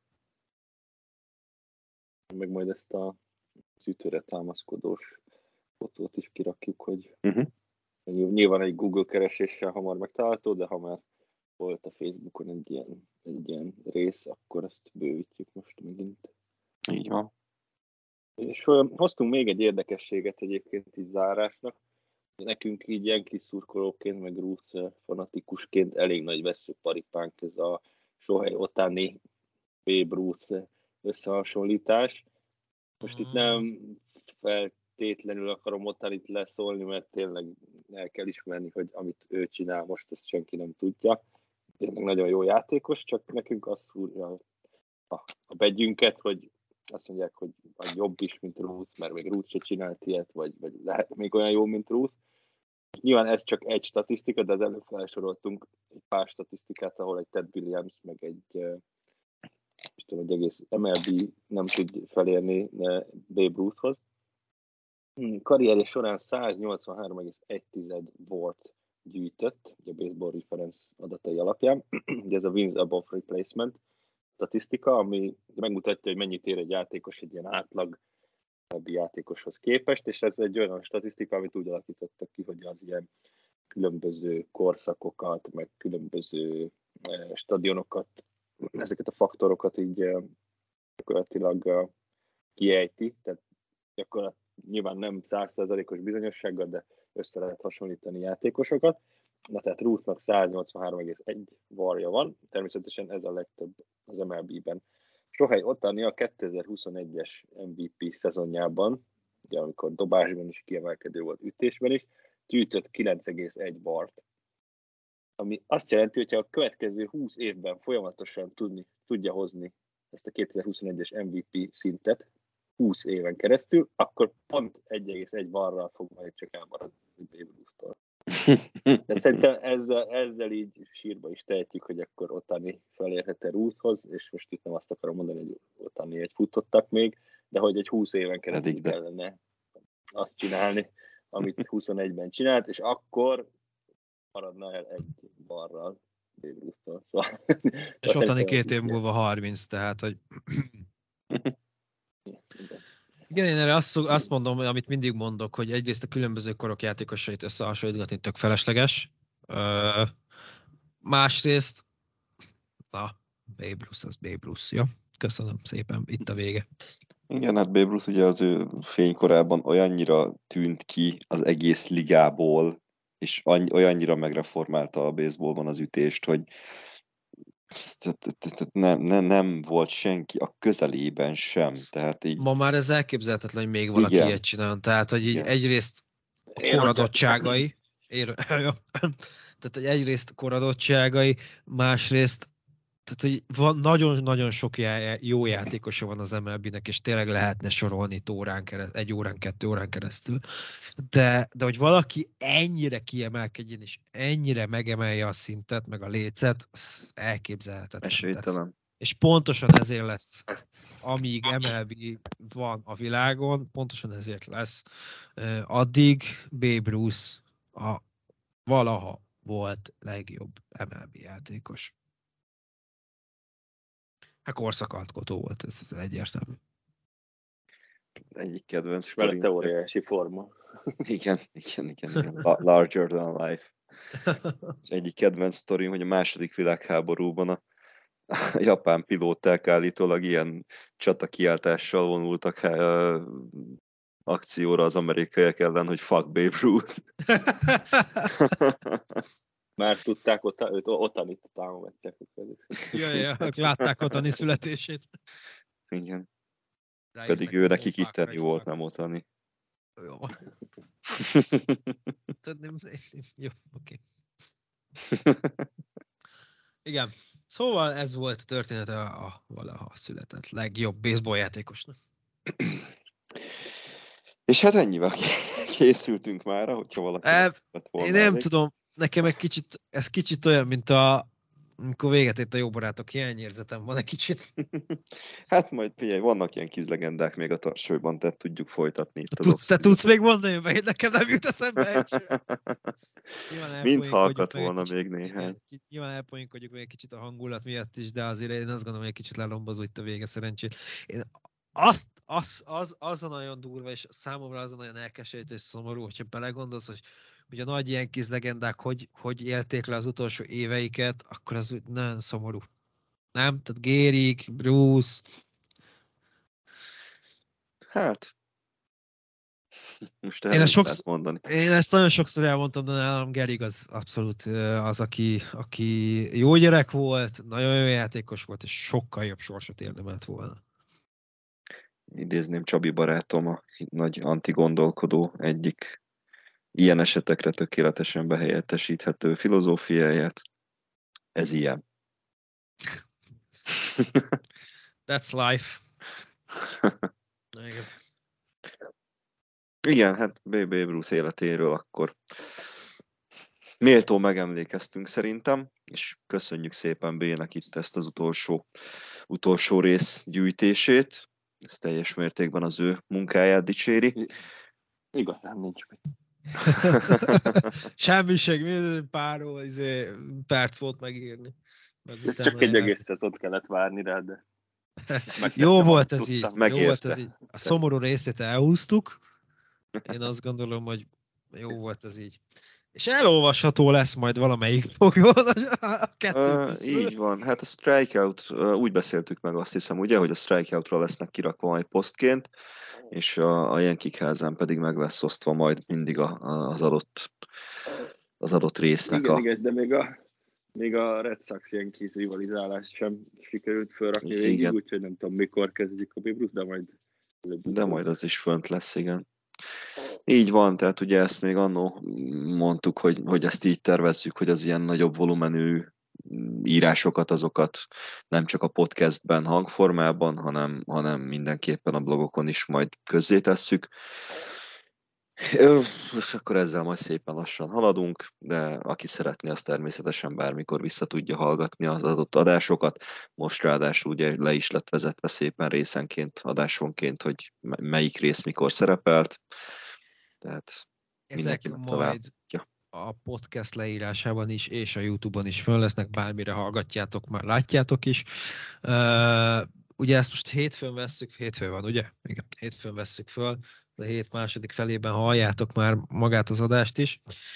H: Meg majd ezt a ütőre támaszkodós fotót is kirakjuk, hogy nyilván egy Google kereséssel hamar megtalálható, de ha már volt a Facebookon egy ilyen rész, akkor ezt bővítjük most megint.
F: Így van.
H: És hoztunk még egy érdekességet egyébként így zárásnak. Nekünk így Yankees szurkolóként, meg Ruth fanatikusként elég nagy veszőparipánk ez a Shohei Ohtani Babe Ruth összehasonlítás. Most itt nem feltétlenül akarom Ohtanit leszólni, mert tényleg el kell ismerni, hogy amit ő csinál most, ezt senki nem tudja. Tényleg nagyon jó játékos, csak nekünk azt fúrja a begyünket, hogy azt mondják, hogy jobb is, mint Ruth, mert még Ruth se csinált ilyet, vagy lehet még olyan jó, mint Ruth. Nyilván ez csak egy statisztika, de az előbb felsoroltunk egy pár statisztikát, ahol egy Ted Williams, meg egy egész MLB nem tud felérni Babe Ruthhoz. Karrierje során 183,1 WAR-t gyűjtött, ugye a Baseball Reference adatai alapján. Ugye ez a wins above replacement statisztika, ami megmutatja, hogy mennyit ér egy játékos egy ilyen átlag játékoshoz képest, és ez egy olyan statisztika, amit úgy alakítottak ki, hogy az ilyen különböző korszakokat, meg különböző stadionokat, ezeket a faktorokat így gyakorlatilag kiejti, tehát gyakorlatilag nyilván nem 100%-os bizonyossággal, de össze lehet hasonlítani játékosokat. Na tehát Ruthnak 183,1 varja van, természetesen ez a legtöbb az MLB-ben. Shohei Ohtani a 2021-es MVP szezonjában, ugye amikor dobásban is kiemelkedő volt, ütésben is, gyűjtött 9,1 vart. Ami azt jelenti, hogyha a következő 20 évben folyamatosan tudja hozni ezt a 2021-es MVP szintet, 20 éven keresztül, akkor pont 1,1 varral fog majd csak elmaradni Babe Ruth-tól. De szerintem ezzel így sírba is tehetjük, hogy akkor Ohtani felérhet-e Ruthhoz, és most itt nem azt akarom mondani, hogy Ohtani egy futottak még, de hogy egy 20 éven keresztül kellene azt csinálni, amit 21-ben csinált, és akkor maradna el egy barral Babe Ruth-tól. Szóval,
G: és Ohtani 2 év múlva 30, tehát, hogy... Igen, én erre azt mondom, amit mindig mondok, hogy egyrészt a különböző korok játékosait összehasonlítgatni tök felesleges. Másrészt, Babe Ruth az Babe Ruth, jó? Köszönöm szépen, itt a vége.
F: Igen, hát Babe Ruth ugye az ő fénykorában olyannyira tűnt ki az egész ligából, és olyannyira megreformálta a baseballban az ütést, hogy nem volt senki a közelében sem. Tehát így...
G: Ma már ez elképzelhetetlen, hogy még valaki ilyet csinál. Tehát, hogy így egyrészt koradottságai, tehát egyrészt koradottságai, másrészt tehát, hogy van nagyon-nagyon sok jó játékosa van az MLB-nek, és tényleg lehetne sorolni itt 1 órán, 2 órán keresztül. De hogy valaki ennyire kiemelkedjen, és ennyire megemelje a szintet, meg a lécet, elképzelhetetlen.
F: Esélytelen.
G: És pontosan ezért lesz, amíg MLB van a világon, pontosan ezért lesz. Addig Babe Ruth a valaha volt legjobb MLB játékos. Hát korszakalkotó volt, ez egyértelmű.
F: Egyik kedvenc
H: sztorim. Vele teóriási forma.
F: Igen. Larger than life. És egyik kedvenc sztorim, hogy a második világháborúban a japán pilóták állítólag ilyen csatakiáltással vonultak akcióra az amerikaiak ellen, hogy fuck Babe Ruth.
H: Már tudták, Ohtanit támogatják.
G: Ja, látták Ohtani születését.
F: Igen. Pedig ő nekik itteni volt, nem Ohtani.
G: Jó. Jó, oké. Igen. Szóval ez volt a története a valaha született legjobb baseball játékosnak.
F: És hát ennyivel készültünk már, hogyha valaki
G: én nem tudom, nekem ez kicsit olyan, mint Amikor véget ért a jó barátok hiányérzetem van egy kicsit.
F: Hát majd figyelj, vannak ilyen kizlegendák még a tarsolyban, tehát tudjuk folytatni itt az
G: Te
F: off-season.
G: tudsz még mondani, mert nekem nem jut eszembe egy sem.
F: Mintha akadt volna még néhány.
G: Nyilván elpoinkodjuk még egy kicsit a hangulat miatt is, de azért én azt gondolom, hogy egy kicsit lelombozó itt a vége szerencsét. Én az a nagyon durva, és számomra az a nagyon elkeserítő és szomorú, hogyha belegondolsz, hogy a nagy ilyen legendák hogy élték le az utolsó éveiket, akkor az nagyon szomorú. Nem? Tehát Gérik, Bruce.
F: Hát, most
G: Én
F: el
G: ezt
F: lehet mondani.
G: Én ezt nagyon sokszor elmondtam, de nálam Gerig az abszolút az, aki jó gyerek volt, nagyon jó játékos volt, és sokkal jobb sorsot érdemelt volna.
F: Idézném Csabi barátom, a nagy antigondolkodó egyik ilyen esetekre tökéletesen behelyettesíthető filozófiáját. Ez ilyen.
G: That's life. Igen.
F: Igen, hát Babe Ruth életéről akkor méltó megemlékeztünk szerintem, és köszönjük szépen B-nek itt ezt az utolsó rész gyűjtését. Ez teljes mértékben az ő munkáját
H: Igazán nincs mit.
G: Semmiség, pár perc volt megírni.
H: Csak egy egész szezont kellett várni rá, de...
G: Jó volt ez így.
F: Megérte.
G: Jó volt ez így. A szomorú részét elhúztuk. Én azt gondolom, hogy jó volt ez így. És elolvasható lesz majd valamelyik fogjon a kettő közül.
F: Így van. Hát a strikeout, úgy beszéltük meg azt hiszem, ugye, hogy a strikeoutra lesznek kirakva majd posztként, és a Yankee házán pedig meg lesz osztva majd mindig az adott résznek.
H: Igen, de még a Red Sox Yankees rivalizálást sem sikerült felrakni végig, úgyhogy nem tudom, mikor kezdjük a Babe Ruth, de majd
F: az is fönt lesz, igen. Így van, tehát ugye ezt még annó mondtuk, hogy ezt így tervezzük, hogy az ilyen nagyobb volumenű írásokat, azokat nem csak a podcastben, hangformában, hanem mindenképpen a blogokon is majd közzétesszük. És akkor ezzel majd szépen lassan haladunk, de aki szeretné, az természetesen bármikor vissza tudja hallgatni az adott adásokat. Most ráadásul ugye le is lett vezetve szépen részenként, adásonként, hogy melyik rész mikor szerepelt. Tehát
G: ezek majd a podcast leírásában is, és a YouTube-on is föl lesznek, bármire hallgatjátok, már látjátok is. Ugye ezt most hétfőn van, ugye? Igen, hétfőn vesszük föl. A hét második felében halljátok már magát az adást is.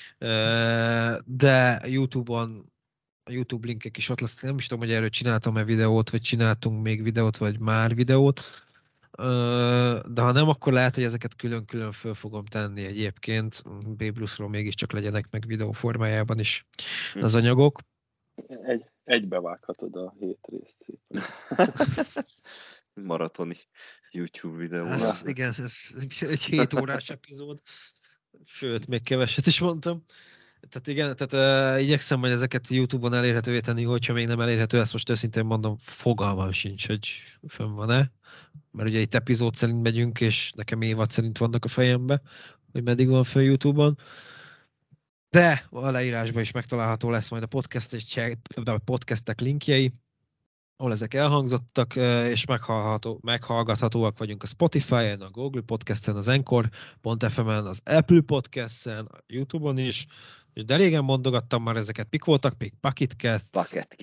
G: De YouTube-on a YouTube linkek is ott lesznek. Nem is tudom, hogy erről csináltam-e videót, vagy csináltunk még videót, vagy már videót. De ha nem, akkor lehet, hogy ezeket külön-külön föl fogom tenni egyébként. Babe Ruthról mégiscsak legyenek meg videó formájában is az anyagok.
H: Egybevághatod a 7 részt szépen.
F: Maratoni YouTube videó.
G: Igen, ez egy 7 órás epizód. Sőt, még keveset is mondtam. Tehát igen, igyekszem majd ezeket YouTube-on elérhetővé tenni, hogyha még nem elérhető, ezt most őszintén mondom, fogalmam sincs, hogy fönn van-e. Mert ugye itt epizód szerint megyünk, és nekem évad szerint vannak a fejembe, hogy meddig van föl YouTube-on. De a leírásban is megtalálható lesz majd a podcastek linkjei, ahol ezek elhangzottak, és meghallgathatóak vagyunk a Spotify-en, a Google Podcast-en, az Anchor.fm-en, az Apple Podcast-en, a YouTube-on is, és de régen mondogattam már ezeket, mik voltak még? Pocketcast.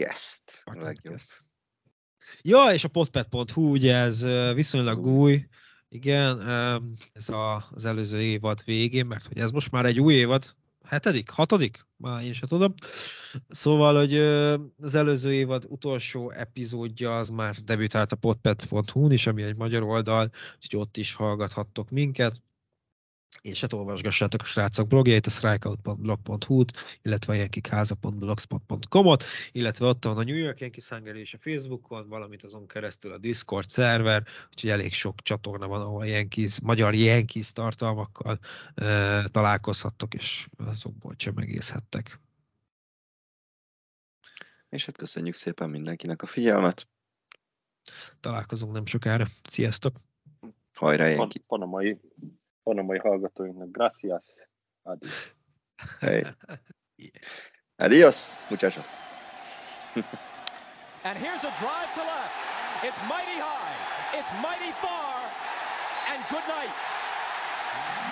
G: Ja, és a podpad.hu, ugye ez viszonylag új, igen, ez az előző évad végén, mert hogy ez most már egy új évad, 7., 6., már én sem tudom. Szóval, hogy az előző évad utolsó epizódja az már debütált a podpad.hu-n is, ami egy magyar oldal, úgyhogy ott is hallgathattok minket. És hát olvasgassátok a srácok blogjait, a strikeout.blog.hu-t, illetve a yankeekháza.blogspot.com-ot, illetve ott van a New York Yankees Hungary és a Facebookon, valamint azon keresztül a Discord szerver, úgyhogy elég sok csatorna van, ahol magyar Yankees tartalmakkal találkozhattok, és azokból csemegészhettek.
F: És hát köszönjük szépen mindenkinek a figyelmet.
G: Találkozunk nem sokára. Sziasztok!
F: Hajrá, Yankees!
H: Panamai hallgatóinknak gracias, adiós.
F: Hey. Adiós, muchachos.
I: And here's a drive to left. It's mighty high. It's mighty far. And good night.